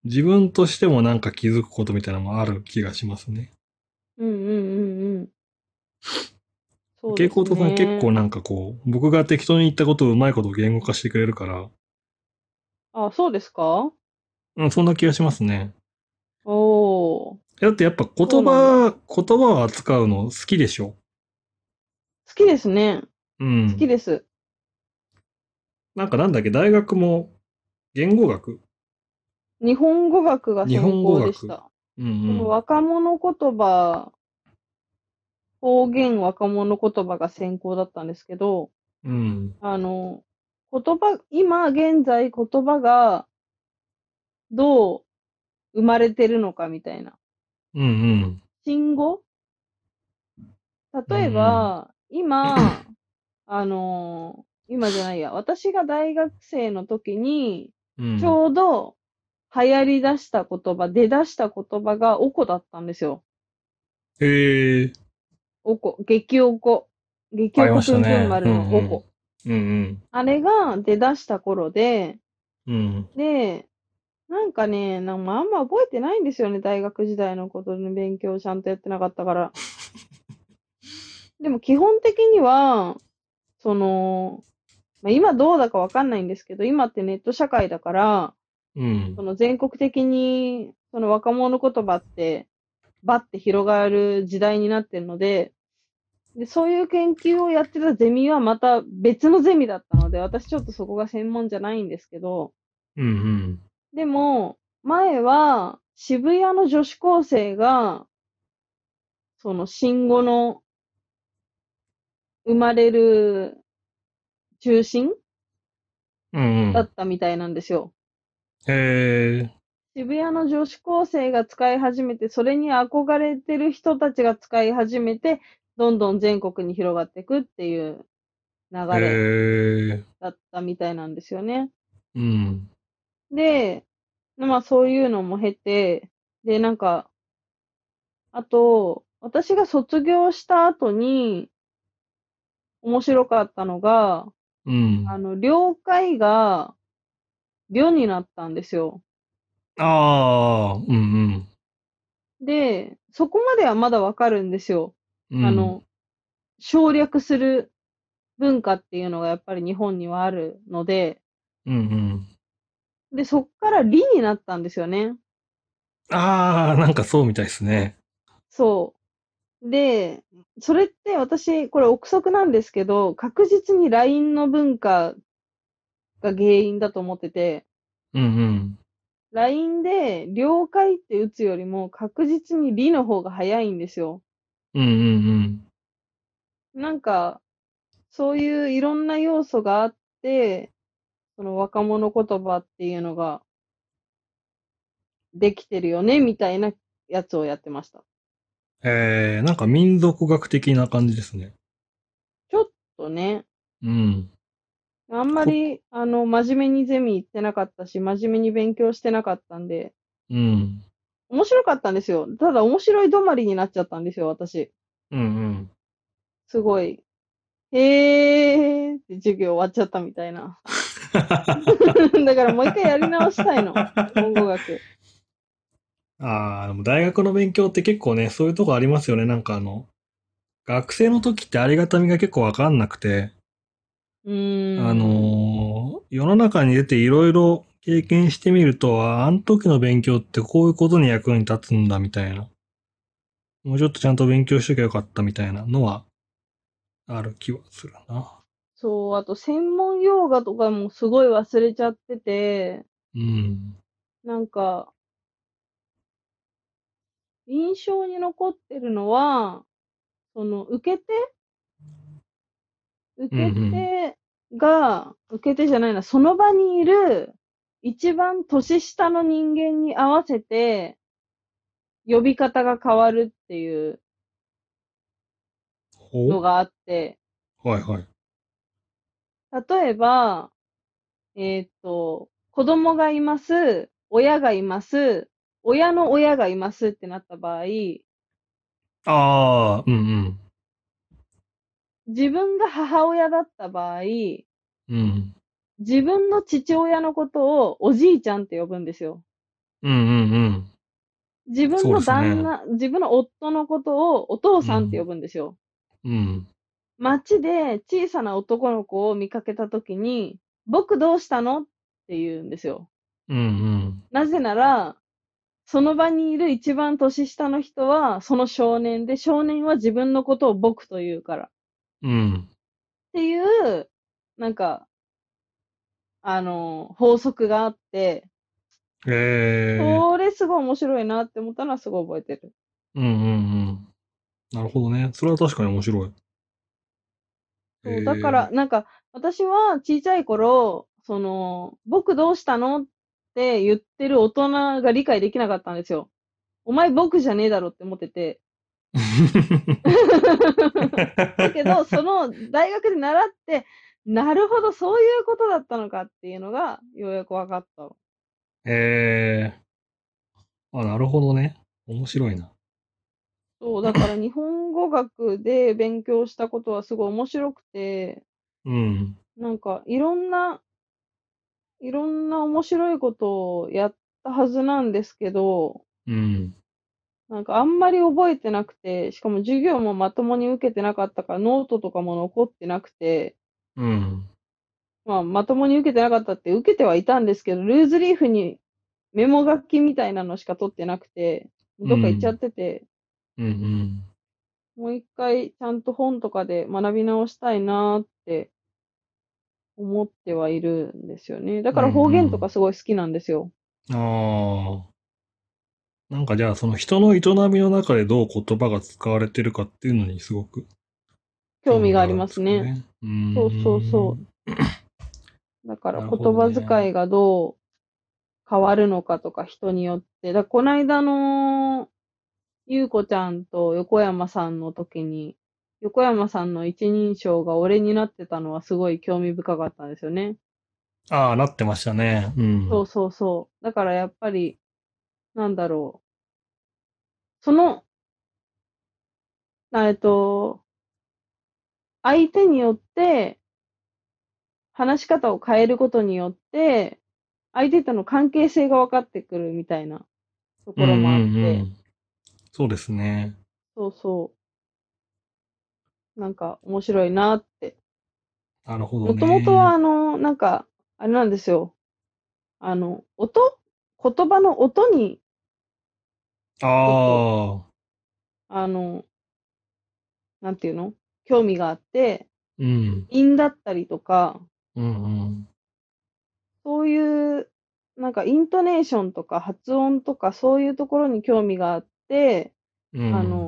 自分としてもなんか気づくことみたいなのもある気がしますね。 うんうんうんうん。そう恵です光さん結構ね。 なんかこう、僕が適当に言ったことをうまいこと言語化してくれるから、 あ、そうですか？ うん、そんな気がしますね。 おー、 だってやっぱ言そうなんだ。 葉、言葉を扱うの好きでしょ？ 好きですね。 うん。 好きです。 なんかなんだっけ、大学も言語学日本語学が日専本語学。 攻でした。 うんうそのん。 若者言葉、方言若者言葉が専攻だったんですけど、 うん。 あの、言葉、今現在言葉がどう生まれてるのかみたいな。 うんうん。 新語うんう例えん。 ば、今、あの、今じゃないや、私が大学生の時に、ちうん。 ょうど流行り出した言葉、出だした言葉がおこだったんですよ。 へえ、 おこ、激おこ。激ありまおこぷんぷんしたね。う丸のおんこ。 うん。うんあれが出だした頃で、 うん。うん。 で、なんかね、なんかあんま覚えてないんですよね、大学時代のことの勉強をちゃんとやってなかったから。でも基本的には、その、まあ、今どうだかわかんないんですけど、今ってネット社会だから、 うん。 その全国的に、その若者言葉って、バッて広がる時代になってるので、で、そういう研究をやってたゼミはまた別のゼミだったので、私ちょっとそこが専門じゃないんですけど、 うんうん。 でも、前は渋谷の女子高生が、その新語の生まれる中心うんうん。 だったみたいなんですよ。 へえ。 渋谷の女子高生が使い始めて、それに憧れてる人たちが使い始めて、どんどん全国に広がっていくっていう流へれえ。 だったみたいなんですよね。 うん。 で、まあそういうのも経て、で、なんか、あと、私が卒業した後に面白かったのが、 うん。 あの、了解が、了になったんですよ。 ああ、うんうん。 で、そこまではまだわかるんですよ。 うん。 あの、省略する文化っていうのがやっぱり日本にはあるので、 うんうん。 で、そっから理になったんですよね。 ああ、なんかそうみたいですね。 そう。で、それって私、これ憶測なんですけど、確実に ライン の文化が原因だと思ってて、 うんうん。 ライン で了解って打つよりも確実に理の方が早いんですよ。 うんうんなんか、そういういろんな要素があって、その若者言葉っていうのができてるよね、みたいなやつをやってました。 うん。えー、なんか民族学的な感じですね。 ちょっとね、 うん。 あんまこ、 り、あの、真面目にゼミ行ってなかったし、真面目に勉強してなかったんで、 うん。 面白かったんですよ。ただ面白い止まりになっちゃったんですよ、私。 うんうん。 すごい。へーって授業終わっちゃったみたいな。だからもう一回やり直したいの。日本語学。 ああ、でも大学の勉強って結構ね、そういうとこありますよね。なんかあの、学生の時ってありがたみが結構わかんなくて、 うあーん。 のー世の中に出ていろいろ経験してみると、ああの時の勉強ってこういうことに役に立つんだみたいな。もうちょっとちゃんと勉強しときゃよかったみたいなのはある気はするな。 そう、あと専門用語とかもすごい忘れちゃってて、 うん。 なんか、印象に残ってるのは、その、受け手うんう受けん。 手が、受け手じゃないな、その場にいる一番年下の人間に合わせて呼び方が変わるっていうのほがあって、 はいはい。 例えば、えーっと、子供がいます、親がいます、親の親がいますってなった場合、 ああ、うんうん。 自分が母親だった場合、 うん。 自分の父親のことをおじいちゃんって呼ぶんですよ。 うんうんうん。 自分のそうですね。 旦那、自分の夫のことをお父さんって呼ぶんですよ。 うん。 街で小さな男の子を見かけたときに、僕どうしたのって言うんですよ。 うんうん。 なぜなら、その場にいる一番年下の人はその少年で、少年は自分のことを僕と言うから。っうん。 ていう、なんか、あの、法則があって、 えそれすごい面白いなって思ったのはすごい覚えてる。 ー。うんうんうん。なるほどね。それは確かに面白い。えそう、だから、 ー。 なんか、私は小さい頃、その、僕どうしたのって言ってる大人が理解できなかったんですよ。お前僕じゃねえだろって思ってて。だけど、その大学で習って、なるほど、そういうことだったのかっていうのが、ようやく分かったの。 えー。あ、なるほどね。面白いな。 そう、だから日本語学で勉強したことはすごい面白くて、 うん。 なんかいろんな、いろんな面白いことをやったはずなんですけど、 うん。 なんかあんまり覚えてなくて、しかも授業もまともに受けてなかったからノートとかも残ってなくて、 うん。 まあまともに受けてなかったって受けてはいたんですけど、ルーズリーフにメモ書きみたいなのしか取ってなくて、どっか行っちゃっうん。 てて、 うん。 もう一回ちゃんと本とかで学び直したいなーって思ってはいるんですよね。だうん。うから方言とかん。 すごい好きなんですよ。 ああ。なんかじゃあ、その人の営みの中でどう言葉が使われてるかっていうのにすごく興味があり興味があるんでますね。 すかね。うーそうそうそん。 う。だからなるほ言葉どね。 遣いがどう変わるのかとか人によって。だからこの間のゆうこちゃんと横山さんの時に、横山さんの一人称が俺になってたのはすごい興味深かったんですよね。 ああ、なってましたね。うん。 そうそうそう。だからやっぱり、なんだろう。その、えっと、相手によって話し方を変えることによって、相手との関係性が分かってくるみたいなとうんうころもあって、 ん。そうですね。 そうそう。なんか面白いなって。 なるほどもともとはね。 あの、なんか、あれなんですよ。あの、音言葉の音にあちょっと、 あ、 あの、なんていうの興味があって、 うん。 韻だったりとか、 うんうん。 そういう、なんかイントネーションとか発音とかそういうところに興味があって、 うん。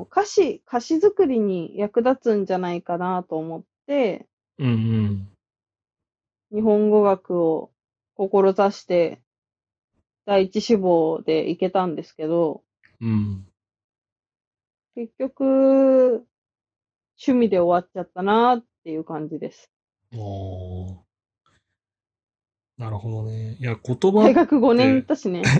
あの、歌詞、歌詞作りに役立つんじゃないかなと思って、 うんうん。 日本語学を志して第一志望で行けたんですけど、 うん。 結局、趣味で終わっちゃったなっていう感じです。 おー、なるほどね。いや、言葉大っ学ごねん行ってたしね。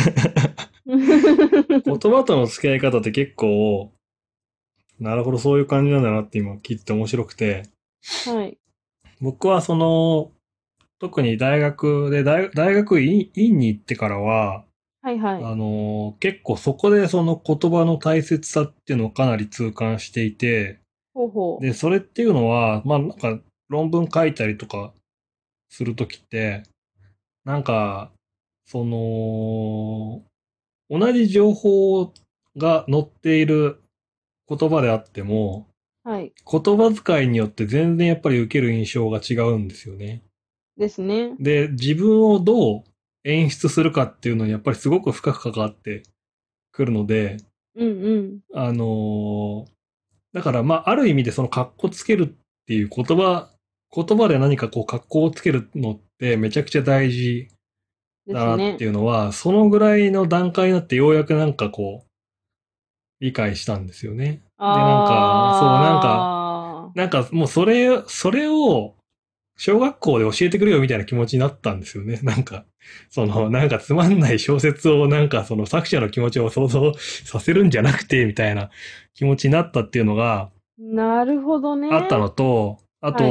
言葉との付き合い方って結構、なるほど、そういう感じなんだなって今聞いてて面白くて、 はい。 僕はその、特に大学で、大大学院院に行ってからは、 はいはい。 あの、結構そこでその言葉の大切さっていうのをかなり痛感していて、 ほうほで、それっていうのは、まあなんか論文書いたりとかするときって、なんか、その、同じ情報が載っている言葉であっても、 う。はい。 言葉遣いによって全然やっぱり受ける印象が違うんですよね。 ですね。 で、自分をどう演出するかっていうのにやっぱりすごく深く関わってくるので、 うんうん。 あのーだからまあ、ある意味でその格好つけるっていう言葉、言葉で何かこう格好をつけるのってめちゃくちゃ大事だなってですね。 いうのは、そのぐらいの段階になってようやくなんかこう、理解したんですよね。で、なんか、そう、なんか、 あなんかもうそれ、それを小学校で教えてくれよみたいな気持ちになったんですよね。なんか、その、なんかつまんない小説をなんかその作者の気持ちを想像させるんじゃなくて、みたいな気持ちになったっていうのがー、なるほどね。 あったのと、あはい。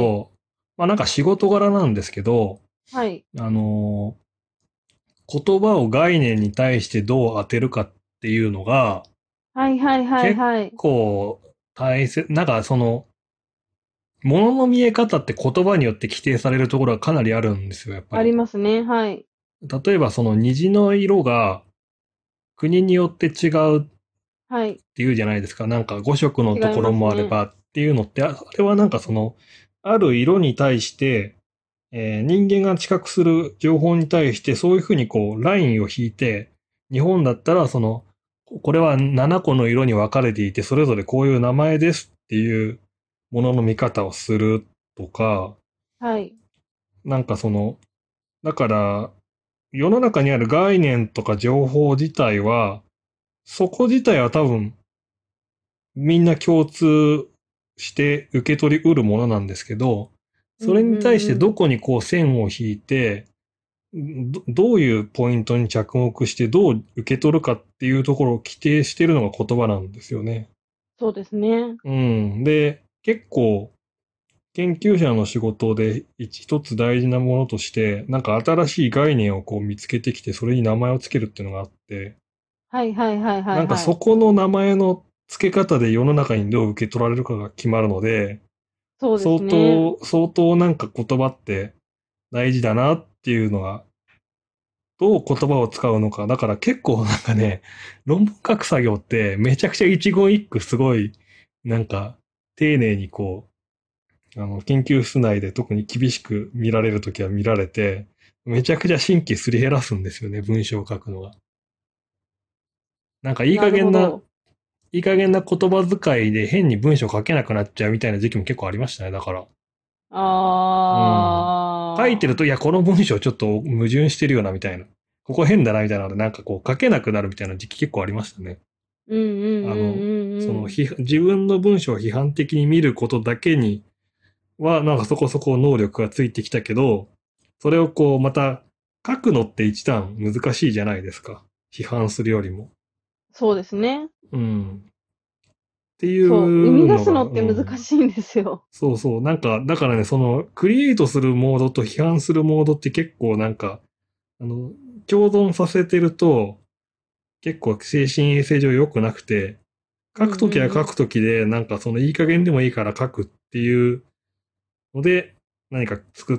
と、まあなんか仕事柄なんですけど、 はい。 あの、 言葉を概念に対してどう当てるかっていうのが、 はいはいはい結はい。 構大切、なんかその、物の見え方って言葉によって規定されるところがかなりあるんですよ、やっぱありり。 ますね。はい。 例えばその虹の色が国によって違うっはい。 ていうじゃないですか。なんかご色の違いところますね。 もあればっていうのって、ああれはなんかその、ある色に対して、えー人間が知覚する情報に対してそういうふうにこうラインを引いて、日本だったらその、これはななこの色に分かれていて、それぞれこういう名前ですっていうものの見方をするとか、 はい。 なんかその、だから、世の中にある概念とか情報自体は、そこ自体は多分、みんな共通して受け取り得るものなんですけど、それうんに対してうんうん。 どこにこう線を引いて、どどういうポイントに着目してどう受け取るかっていうところを規定しているのが言葉なんですよね。 そうですね。 うん。で、結構、研究者の仕事で一つ大事なものとして、なんか新しい概念をこう見つけてきて、それに名前をつけるっていうのがあって、 はいはいはいはなんかいはい。 そこの名前の付け方で世の中にどう受け取られるかが決まるので、 そうで相すね。 当、相当なんか言葉って大事だなっていうのが、どう言葉を使うのか。だから結構なんかね、論文書く作業ってめちゃくちゃ一言一句すごい、なんか丁寧にこう、あの、研究室内で特に厳しく見られるときは見られて、めちゃくちゃ神経すり減らすんですよね、文章を書くのが。なんかいいな加減な、 るほど。 いい加減な言葉遣いで変に文章書けなくなっちゃうみたいな時期も結構ありましたね、だから。うん。書いてるあと、いや、この文章ちょっと矛盾してるよな、みたいな。ここ変だな、みたいなので、なんかこう書けなくなるみたいな時期結構ありましたね。 ー。うんうんあの、 うんうんうん。 その批、自分の文章を批判的に見ることだけには、なんかそこそこ能力がついてきたけど、それをこう、また書くのって一段難しいじゃないですか。批判するよりも。 そうですね。 うん。っていそう。生み出うのが、 すのって難うん。 しいんですよ。 そうそう。なんか、だからね、その、クリエイトするモードと批判するモードって結構なんか、あの、共存させてると、結構精神衛生上良くなくて、 うん書くときはうんうん。 書くときで、なんかそのいい加減でもいいから書くっていうので、何か作って、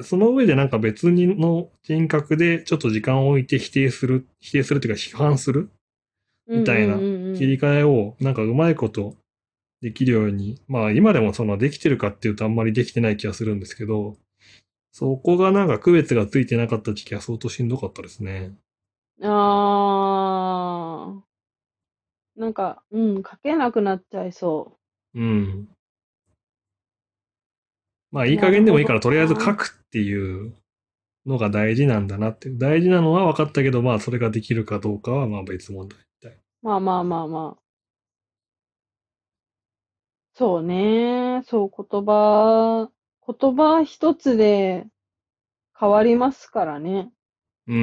その上でなんか別にの人格でちょっと時間を置いて否定する、否定するっていうか批判するうんうんみたいなうんうん。 切り替えをなんかうまいことできるように、まあ今でもそのできてるかっていうとあんまりできてない気がするんですけど、そこがなんか区別がついてなかった時期は相当しんどかったですね。 ああ。なんか、うん、書けなくなっちゃいそうん。まあう。 いい加なるほど減でもいいからとりあえず書な。 くっていうのが大事なんだなって。大事なのは分かったけど、まあそれができるかどうかはまあ別問題みたい。 まあまあまあまあ。そうね。そう、言葉、言葉一つで変わりますからね。 うん。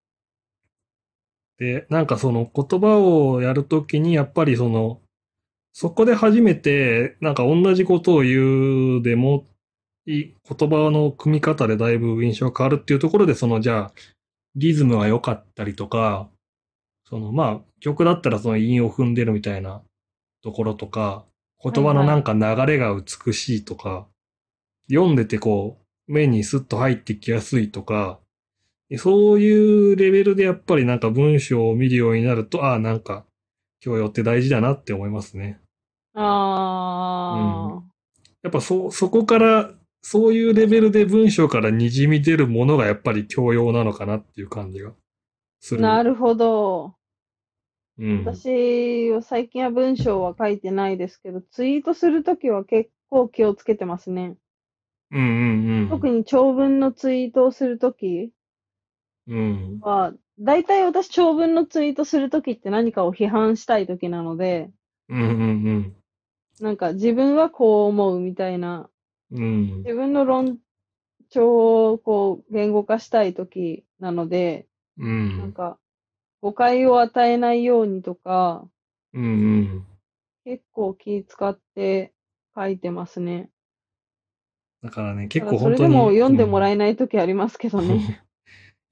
で、なんかその言葉をやるときにやっぱりその、そこで初めてなんか同じことを言うでもいい言葉の組み方でだいぶ印象が変わるっていうところで、そのじゃあリズムが良かったりとか、そのまあ曲だったらその韻を踏んでるみたいなところとか、言葉のはいはい。 なんか流れが美しいとか、読んでてこう、目にスッと入ってきやすいとか、そういうレベルでやっぱりなんか文章を見るようになると、ああ、なんか教養って大事だなって思いますね。うん。 ああ、 やっぱそ、そこから、そういうレベルで文章から滲み出るものがやっぱり教養なのかなっていう感じがする。 なるほど。 うん。 私は最近は文章は書いてないですけど、ツイートするときは結構気をつけてますね。 うんうん特に長文のツイートをするときうん。うん。 は、だいたい私長文のツイートするときって何かを批判したいときなので、 うんうんなんか自分はこう思うみたいな、 うん。うん。 自分の論調をこう言語化したいときなので、 うん。 なんか誤解を与えないようにとか、 うんうん。 結構気使って書いてますね。 だからね、結構ただそ本当に、 れでも読んでもらうん。 えないときありますけどね。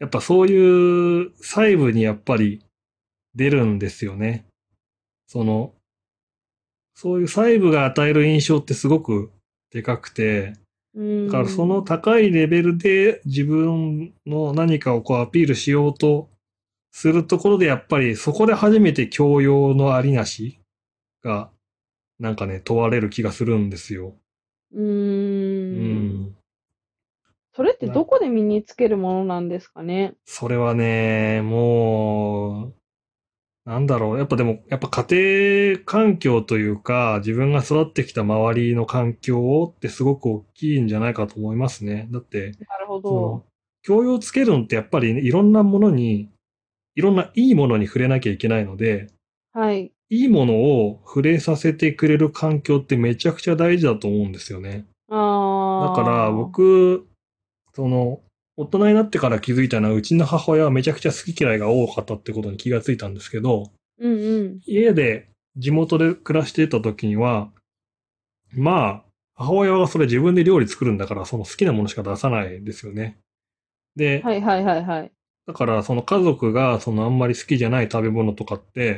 やっぱそういう細部にやっぱり出るんですよね。その、そういう細部が与える印象ってすごくでかくて、 うだからそのん。 高いレベルで自分の何かをこうアピールしようとするところでやっぱりそこで初めて教養のありなしがなんかね問われる気がするんですよ。 ううーん。 ん。 それってなどこで身につけるものなんですかね。 それはね、もう、なんだろう。やっぱでも、やっぱ家庭環境というか、自分が育ってきた周りの環境ってすごく大きいんじゃないかと思いますね。だって、 なるほその、 ど。 教養をつけるのってやっぱりねいろんなものに、いろんないいものに触れなきゃいけないので、 はい。 いいものを触れさせてくれる環境ってめちゃくちゃ大事だと思うんですよね。だからああ。 僕、その、大人になってから気づいたのは、うちの母親はめちゃくちゃ好き嫌いが多かったってことに気がついたんですけど、 うんうん。 家で地元で暮らしてた時には、まあ、母親はそれ自分で料理作るんだから、その好きなものしか出さないですよね。で、 はいはいはいはい。 だからその家族がそのあんまり好きじゃない食べ物とかって、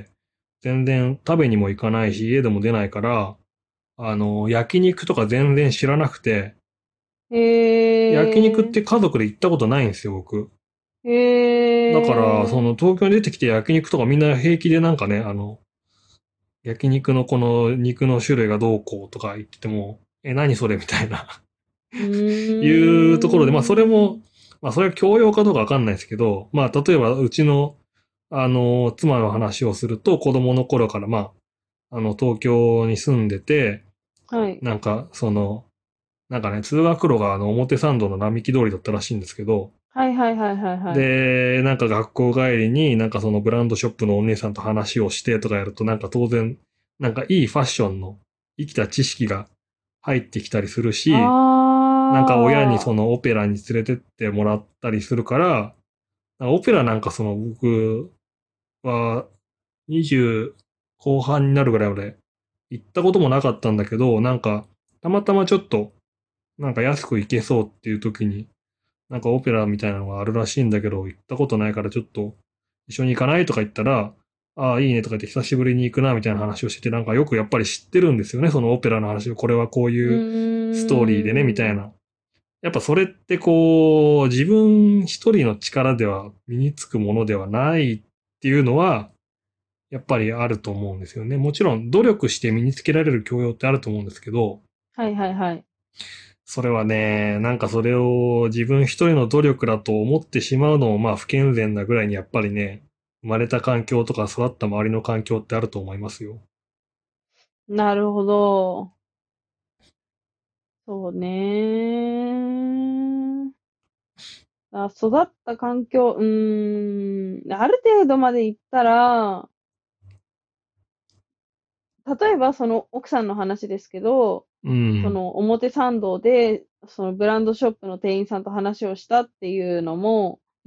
全然食べにも行かないし、家でも出ないから、あの、焼肉とか全然知らなくて、焼肉っへえ。 て家族で行ったことないんですよ、僕。 へだから、そのえ。 東京に出てきて焼肉とかみんな平気でなんかね、あの、焼肉のこの肉の種類がどうこうとか言ってても、え、何それみたいなういうところで、まあそれも、 ーん。 まあそれは教養かどうかわかんないですけど、まあ例えばうちの、あの、妻の話をすると子供の頃からまあ、あの、東京に住んでて、 はい。 なんかその、なんかね、通学路があの表参道の並木通りだったらしいんですけど、 はいはいはいはいはい。 で、なんか学校帰りになんかそのブランドショップのお姉さんと話をしてとかやるとなんか当然、なんかいいファッションの生きた知識が入ってきたりするし、なんか親にそああ。 のオペラに連れてってもらったりするから、オペラなんかその僕はにじゅう後半になるぐらいまで行ったこともなかったんだけど、なんかたまたまちょっとなんか安く行けそうっていう時になんかオペラみたいなのがあるらしいんだけど、行ったことないからちょっと一緒に行かないとか言ったら、ああ、いいねとか言って久しぶりに行くなみたいな話をしてて、なんかよくやっぱり知ってるんですよね、そのオペラの話を。これはこうういうストーリーでね、みたいーん。 な。やっぱそれってこう、自分一人の力では身につくものではないっていうのは、やっぱりあると思うんですよね。もちろん努力して身につけられる教養ってあると思うんですけど、 はいはいはい。 それはね、なんかそれを自分一人の努力だと思ってしまうのもまあ不健全なぐらいにやっぱりね、生まれた環境とか育った周りの環境ってあると思いますよ。 なるほど。そうね。あ、育った環境、うーん、ある程度まで行ったら、例えばその奥さんの話ですけど、 うん。 その表参道で、そのブランドショップの店員さんと話をしたっていうのも、 うん。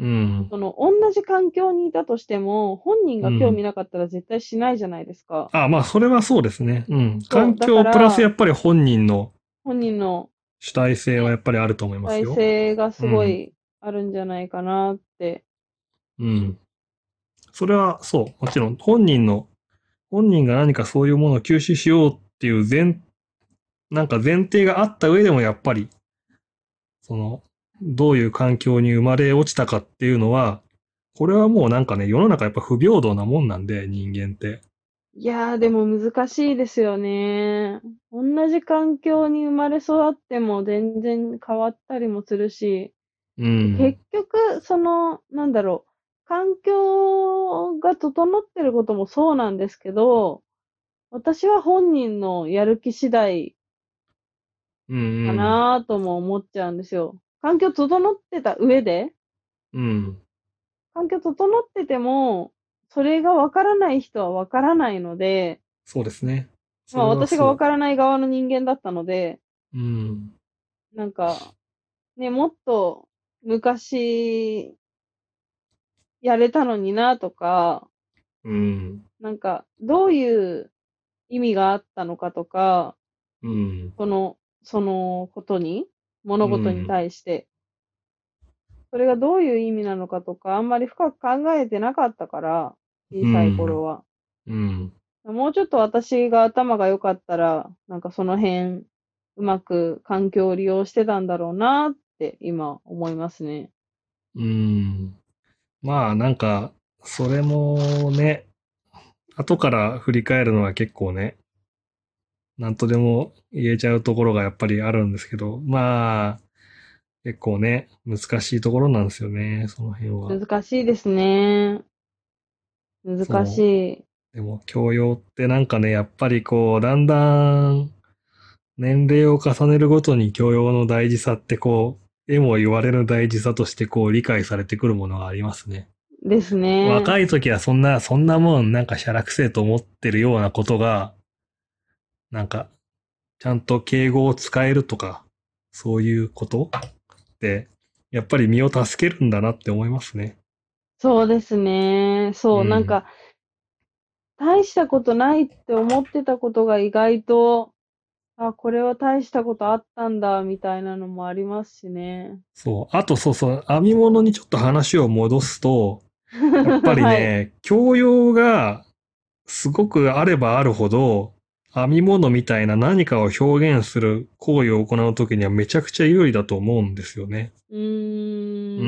その同じ環境にいたとしても、本人が興味うん。 なかったら絶対しないじゃないですか。 あ、まあそれはそうですね。うん。 そう、だか環境プラスやら、 っぱり本人の本人の主体性はやね、 っぱりあると思います体よ。 制がすごうん。 いあるんじゃないかなって。 うん。それはそう。もちろん本人の、本人が何かそういうものを吸収しようっていう前、なんか前提があった上でもやっぱりその、どういう環境に生まれ落ちたかっていうのは、これはもうなんかね、世の中やっぱ不平等なもんなんで、人間って。 いやー、でも難しいですよね。同じ環境に生まれ育っても全然変わったりもするし、 うで、 ん。 結局、その、なんだろう、環境が整ってることもそうなんですけど、私は本人のやる気次第うんかうん。 なとも思っちゃうんですよ。環境整ってた上で、 うん。 環境整ってても、それがわからない人はわからないので、 そうですね。そまあれはそ私がわからない側の人間だったので、 う。うん。 なんか、ね、もっと昔やれたのになとか、 うん。 なんか、どういう意味があったのかとか、 うん。 その、そのことに、物う事にん。 対して。 それがどういう意味なのかとか、あんまり深く考えてなかったから、小さい頃は。 うん。 もうちょっと私が頭が良かったら、なんかその辺、うまく環境を利用してたんだろうなって今思いますね。 うん。まあなんか、それもね、後から振り返るのは結構ね、なんとでも言えちゃうところがやっぱりあるんですけど、まあ、結構ね、難しいところなんですよね、その辺は。 難しいですね。難しそう。 い。 でも、教養ってなんかね、やっぱりこう、だんだん年齢を重ねるごとに教養の大事さってこう、絵も言われる大事さとしてこう、理解されてくるものがありますね。 ですね。 若い時はそんな、そんなもんなんかしゃらくせえと思ってるようなことが、なんか、ちゃんと敬語を使えるとか、そういうことって、やっぱり身を助けるんだなって思いますね。 そうですね。そう、なんうん。 か、大したことないって思ってたことが意外と、あ、これは大したことあったんだ、みたいなのもありますしね。 そう。あとそうそう、編み物にちょっと話を戻すと、やっぱりはい。 ね、教養がすごくあればあるほど、編み物みたいな何かを表現する行為を行うときにはめちゃくちゃ有利だと思うんですよね。 ううん。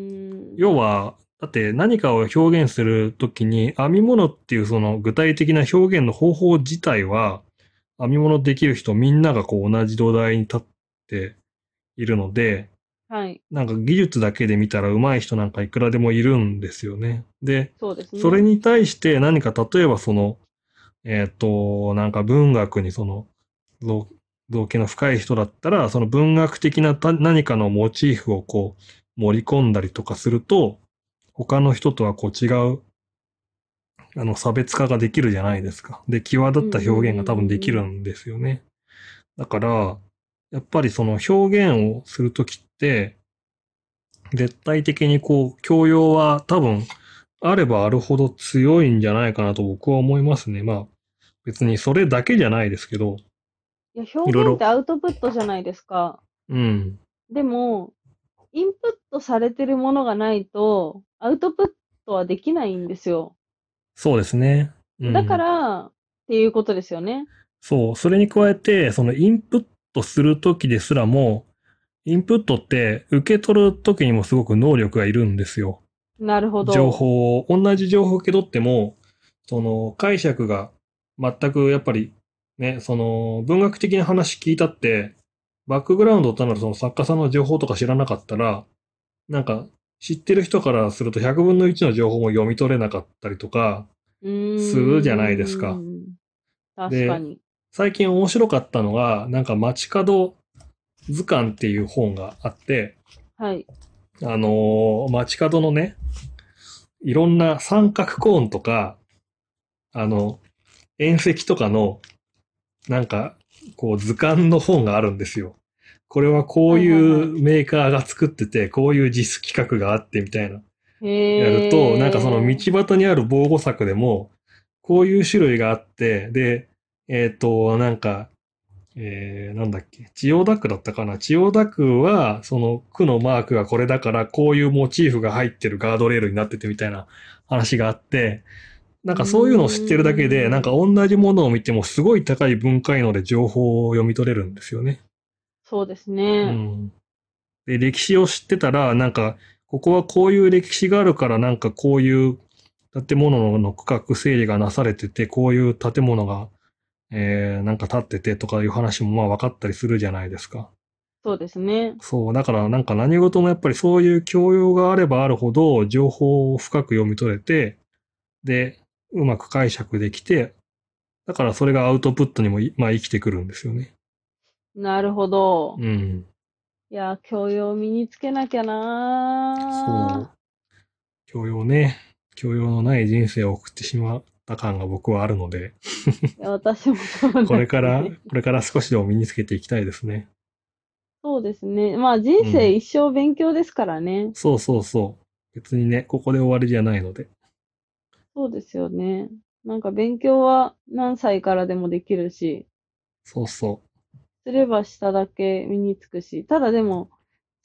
ーん。 要は、だって何かを表現するときに編み物っていうその具体的な表現の方法自体は、編み物できる人みんながこう同じ土台に立っているので、 はい。 なんか技術だけで見たら上手い人なんかいくらでもいるんですよね。で、 そうですね。 それに対して何か例えばその、えっと、なんか文学にその、造造形の深い人だったら、その文学的なた何かのモチーフをこう盛り込んだりとかすると、他の人とはこう違う、あの差別化ができるじゃないですか。で、際立うんうんった表現が多分できうんうんるんですよね。だから、やっぱりその表現をするときって、絶対的にこう、教養は多分、あればあるほど強いんじゃないかなと僕は思いますね。まあ、別にそれだけじゃないですけど、 いや、表現っていろいろ、 アウトプットじゃないですか。 うん、 でも、インプットされてるものがないと、アウトプットはできないんですよ。 そうですね。うだかん。 ら、っていうことですよね。 そう、それに加えて、そのインプットするときですらも、インプットって受け取るときにもすごく能力がいるんですよ。 なるほ情ど。 報を、同じ情報を受け取っても、その解釈が全くやっぱりね、その文学的な話聞いたって、バックグラウンドとなるその作家さんの情報とか知らなかったら、なんか知ってる人からするとひゃくぶんのいちの情報も読み取れなかったりとかうするじゃないですか。 ーん。確かで、 に。 最近面白かったのが、なんか街角図鑑っていう本があって、 はい。 あのー街角のね、いろんな三角コーンとか、あの、遠石とかの、なんか、こう図鑑の本があるんですよ。これはこうはいはいはいうメーカーが作ってて、こういう実企画があってみたいな。 い。 やると、なんかそのへー。 道端にある防護柵でも、こういう種類があって、で、えっと、なんか、えー、なんだっけ、千代田区だったかな。千代田区は、その区のマークがこれだから、こういうモチーフが入ってるガードレールになっててみたいな話があって、なうんかそういうのを知ってるだけで、なんかーん。 同じものを見てもすごい高い分解能で情報を読み取れるんですよね。 そうですね。 うん。で、歴史を知ってたら、なんか、ここはこういう歴史があるから、なんかこういう建物の区画整理がなされてて、こういう建物が、えー、なんか建っててとかいう話もまあ分かったりするじゃないですか。 そうですね。 そう、だからなんか何事もやっぱりそういう教養があればあるほど、情報を深く読み取れて、で、うまく解釈できて、だからそれがアウトプットにもい、まあ生きてくるんですよね。 なるほど。 うん。 いや、教養身につけなきゃなそう。教養ね。教養のない人生を送ってしまった感が僕はあるので、 ー。いや、私もそうこなんれから、 で。 これから少しでも身につけていきたいですね。 そうですね。まあ、人うん。 生一生勉強ですからね。 そうそうそう。別にね、ここで終わりじゃないので。 そうですよね。なんか勉強は何歳からでもできるし、 そうそすればしただけ身につくし、ただでも、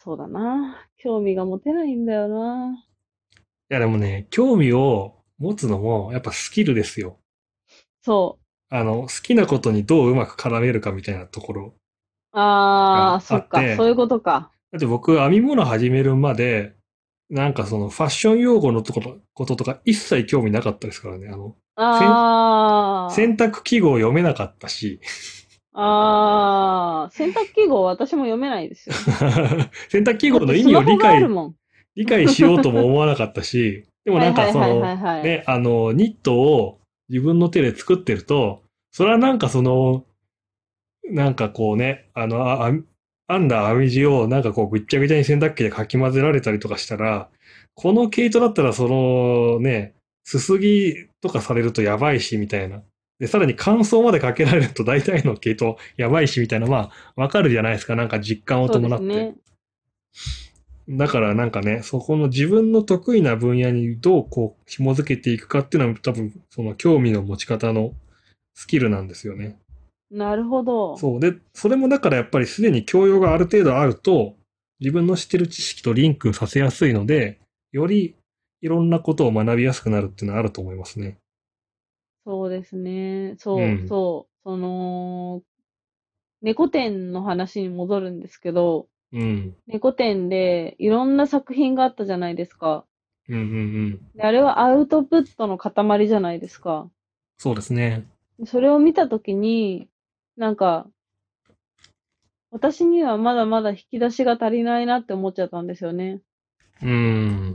そうだな。興味が持てないんだよな。 いやでもね、興味を持つのもやっぱスキルですよ。 そあの、好きなことにどううまく絡めるかみたいなところう。ああ、 があそっか。そって、 ういうことか。 だって僕編み物始めるまで、なんかそのファッション用語のところ、こととか一切興味なかったですからね。あの、洗あ洗濯記号読めなかったし、 あ、ああ、洗濯記号私も読めないですよ。 洗濯記だっ号の意味をてスマホ理解、 があるもん。 理解しようとも思わなかったし、でもはいなんかはいはいはその、 いはい。 ね、あの、ニットを自分の手で作ってると、それはなんかその、なんかこうね、あの、あ、あ編んだ編み地をなんかこうぐっちゃぐちゃに洗濯機でかき混ぜられたりとかしたら、この毛糸だったらそのね、すすぎとかされるとやばいし、みたいな。で、さらに乾燥までかけられると大体の毛糸やばいし、みたいな、まあ、わかるじゃないですか。なんか実感をそうで伴って。 すね。 だからなんかね、そこの自分の得意な分野にどうこう紐づけていくかっていうのは多分その興味の持ち方のスキルなんですよね。 なるほど。 そう。で、それもだからやっぱりすでに教養がある程度あると、自分の知ってる知識とリンクさせやすいので、よりいろんなことを学びやすくなるっていうのはあると思いますね。 そうですね。そう、 うん。 そう。その、猫店の話に戻るんですけど、 うん。 猫店でいろんな作品があったじゃないですか。 うんうんうん。 で、あれはアウトプットの塊じゃないですか。 そうですね。 でそれを見たときに、なんか、私にはまだまだ引き出しが足りないなって思っちゃったんですよね。 うん。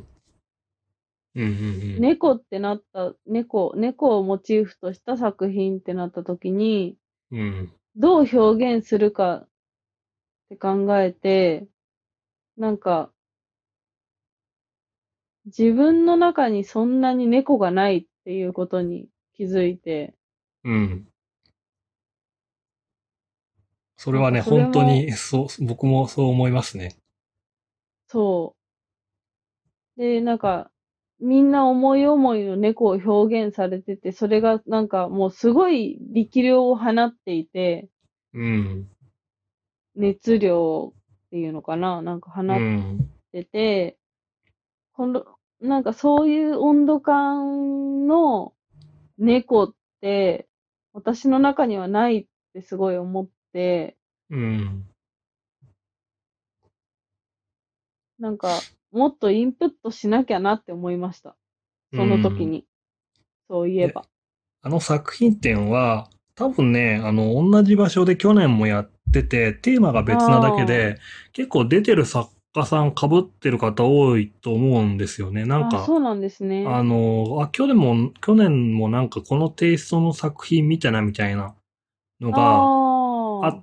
うんうん猫ってなった、猫、猫をモチーフとした作品ってなったときに、 うん。うん。 どう表現するかって考えて、なんか、自分の中にそんなに猫がないっていうことに気づいて、 うん。それはね、 なんかそれ本当も、 に、そう、僕もそう思いますね。 そう。で、なんか、みんな思い思いの猫を表現されてて、それがなんかもうすごい力量を放っていて、 うん。 熱量っていうのかななんか放うっん。 てて、この、なんかそういう温度感の猫って、私の中にはないってすごい思って、 うん。 なんか、もっとインプットしなきゃなって思いました。 うその時ん。 に。そういえで、 ば。 あの作品展は、多分ね、あの、同じ場所で去年もやってて、テーマが別なだけあで、結構出てる作家さん被ってる方多いと思うんですよね。なあ、あ、 んか、 そうなんですね。 あの、あ、去年も、去年もなんかこのテイストの作品見たなみたいなのあがああ、 って、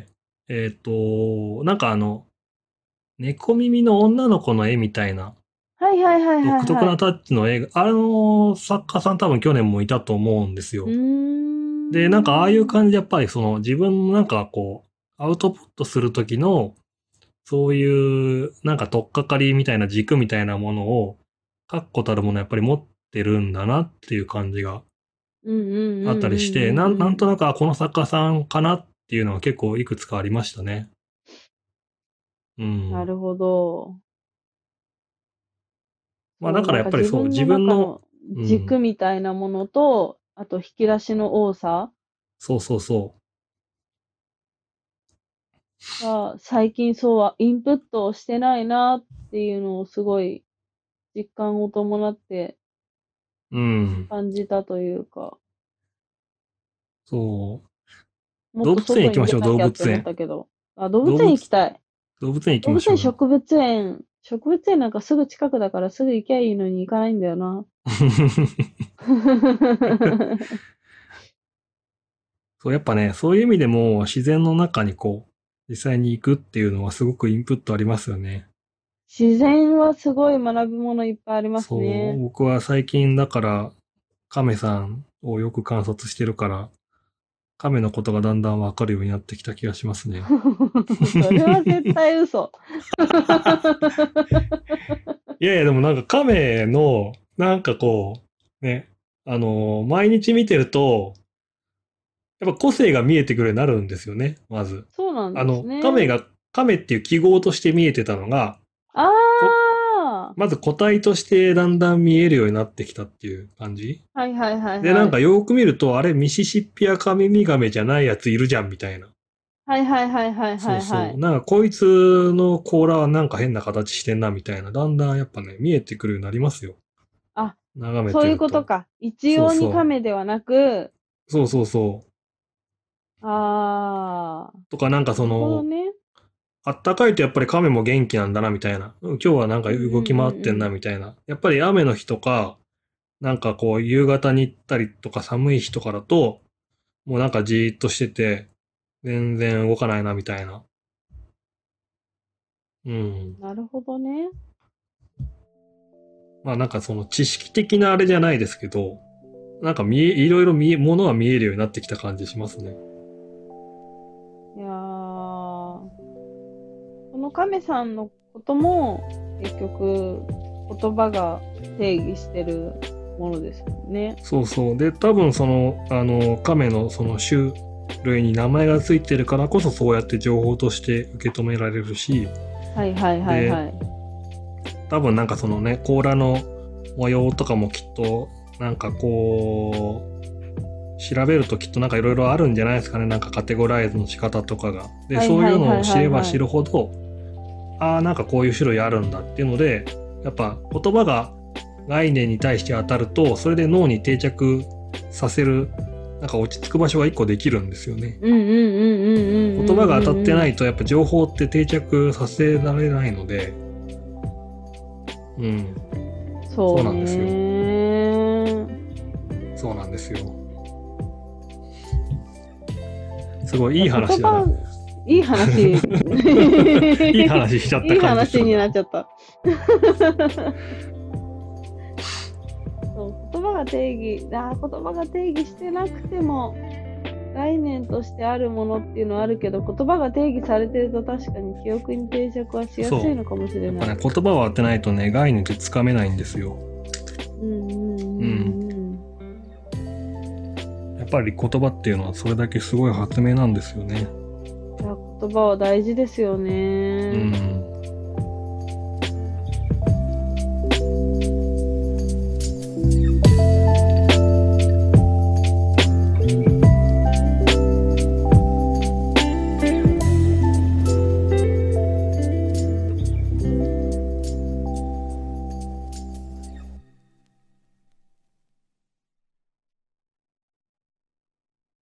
えっと、なんかあの、猫耳の女の子の絵みたいな、 はいはいはいはい独特はい。 なタッチの絵が、あの作家さん多分去年もいたと思うんですうーよ。で、なんかああいうん。 感じでやっぱりその自分のなんかこう、アウトプットするときの、そういうなんか取っかかりみたいな軸みたいなものを、確固たるものやっぱり持ってるんだなっていう感じがうんうんうんあったりして、 うんなん、なんうんうん。 となくあこの作家さんかなっていうのは結構いくつかありましたね。うん。 なるほど。 まあだそう、 からなんかやっぱりそう、自自分の分の、 中のうん、 軸みたいなものと、あと引き出しの多さそうそうそが、最近そうはインプットをしてないなっていうのをすごい実感を伴ってう、うん、 感じたというか、 そう。 もっと動物園行きましょう、 外に出な動きゃって思っ物園。 たけど。あ、動物園行き動物、 たい。 動物園行き動ましょうよ。 物園植物園、植物園なんかすぐ近くだからすぐ行きゃいいのに行かないんだよな。 そう、やっぱね、そういう意味でも自然の中にこう、実際に行くっていうのはすごくインプットありますよね。 自然はすごい学ぶものいっぱいありますそう、 ね。 僕は最近だから亀さんをよく観察してるから、亀のことがだんだんわかるようになってきた気がしますね。 それは絶対嘘。 いやいや、でもなんか亀の、なんかこう、ね、あの、毎日見てると、やっぱ個性が見えてくるようになるんですよね、まず。 そうなんですあの、亀ね。 が亀っていう記号として見えてたのが、 ああ、 まず個体としてだんだん見えるようになってきたっていう感じ。 はいはいはいはい。 で、なんかよーく見ると、あれ、ミシシッピアカミミガメじゃないやついるじゃんみたいな。 はいはいはいはいはいそうそう。 はい。 なんかこいつの甲羅はなんか変な形してんなみたいな。だんだんやっぱね、見えてくるようになりますよ。 あ、 眺めてると。 そういうことか。一様に亀ではなく、 そうそうそああ、 う。とかなんかそなるほどの、 ね。 あったかいとやっぱり亀も元気なんだなみたいな。うん今日はなんか動き回ってんなみたいな。やっぱり雨の日とか、なんかこう夕方に行ったりとか寒い日とかだと、もうなんかじーっとしてて、全然動かないなみたいな。うん。 なるほどね。 まあなんかその知識的なあれじゃないですけど、なんか見え、いろいろ見え、ものは見えるようになってきた感じしますね。 いやー、この亀さんのことも、結局、言葉が定義してるものですもんね。 そうそう。で、多分その、あの、亀のその種類に名前がついてるからこそそうやって情報として受け止められるし、 はいはいはいはい。 多分なんかそのね、甲羅の模様とかもきっと、なんかこう、調べるときっとなんかいろいろあるんじゃないですかね。なんかカテゴライズの仕方とかが。で、 はいそういうはいはいはいはいのを知れば知るほど、ああ、なんかこういう種類あるんだっていうので、やっぱ言葉が概念に対して当たると、それで脳に定着させる、なんか落ち着く場所が一個できるんですよね。 うんうんうんうんうんうんうん。 言葉が当たってないとやっぱ情報って定着させられないので、うん。 そうそうなんですよね。 そうなんですよ。すごいいい話だな。 言葉いい話。 いい話しちゃったいい感じする話になっちゃった。そう言葉が定義あー言葉が定義してなくても概念としてあるものっていうのはあるけど、言葉が定義されてると確かに記憶に定着はしやすいのかもしれない。 やっぱね、言葉を当てないとね、概念ってつかめないんですよ。 うんうんうんうん。 やっぱり言葉っていうのはそれだけすごい発明なんですよね。 いや言葉は大事ですよね。 うん。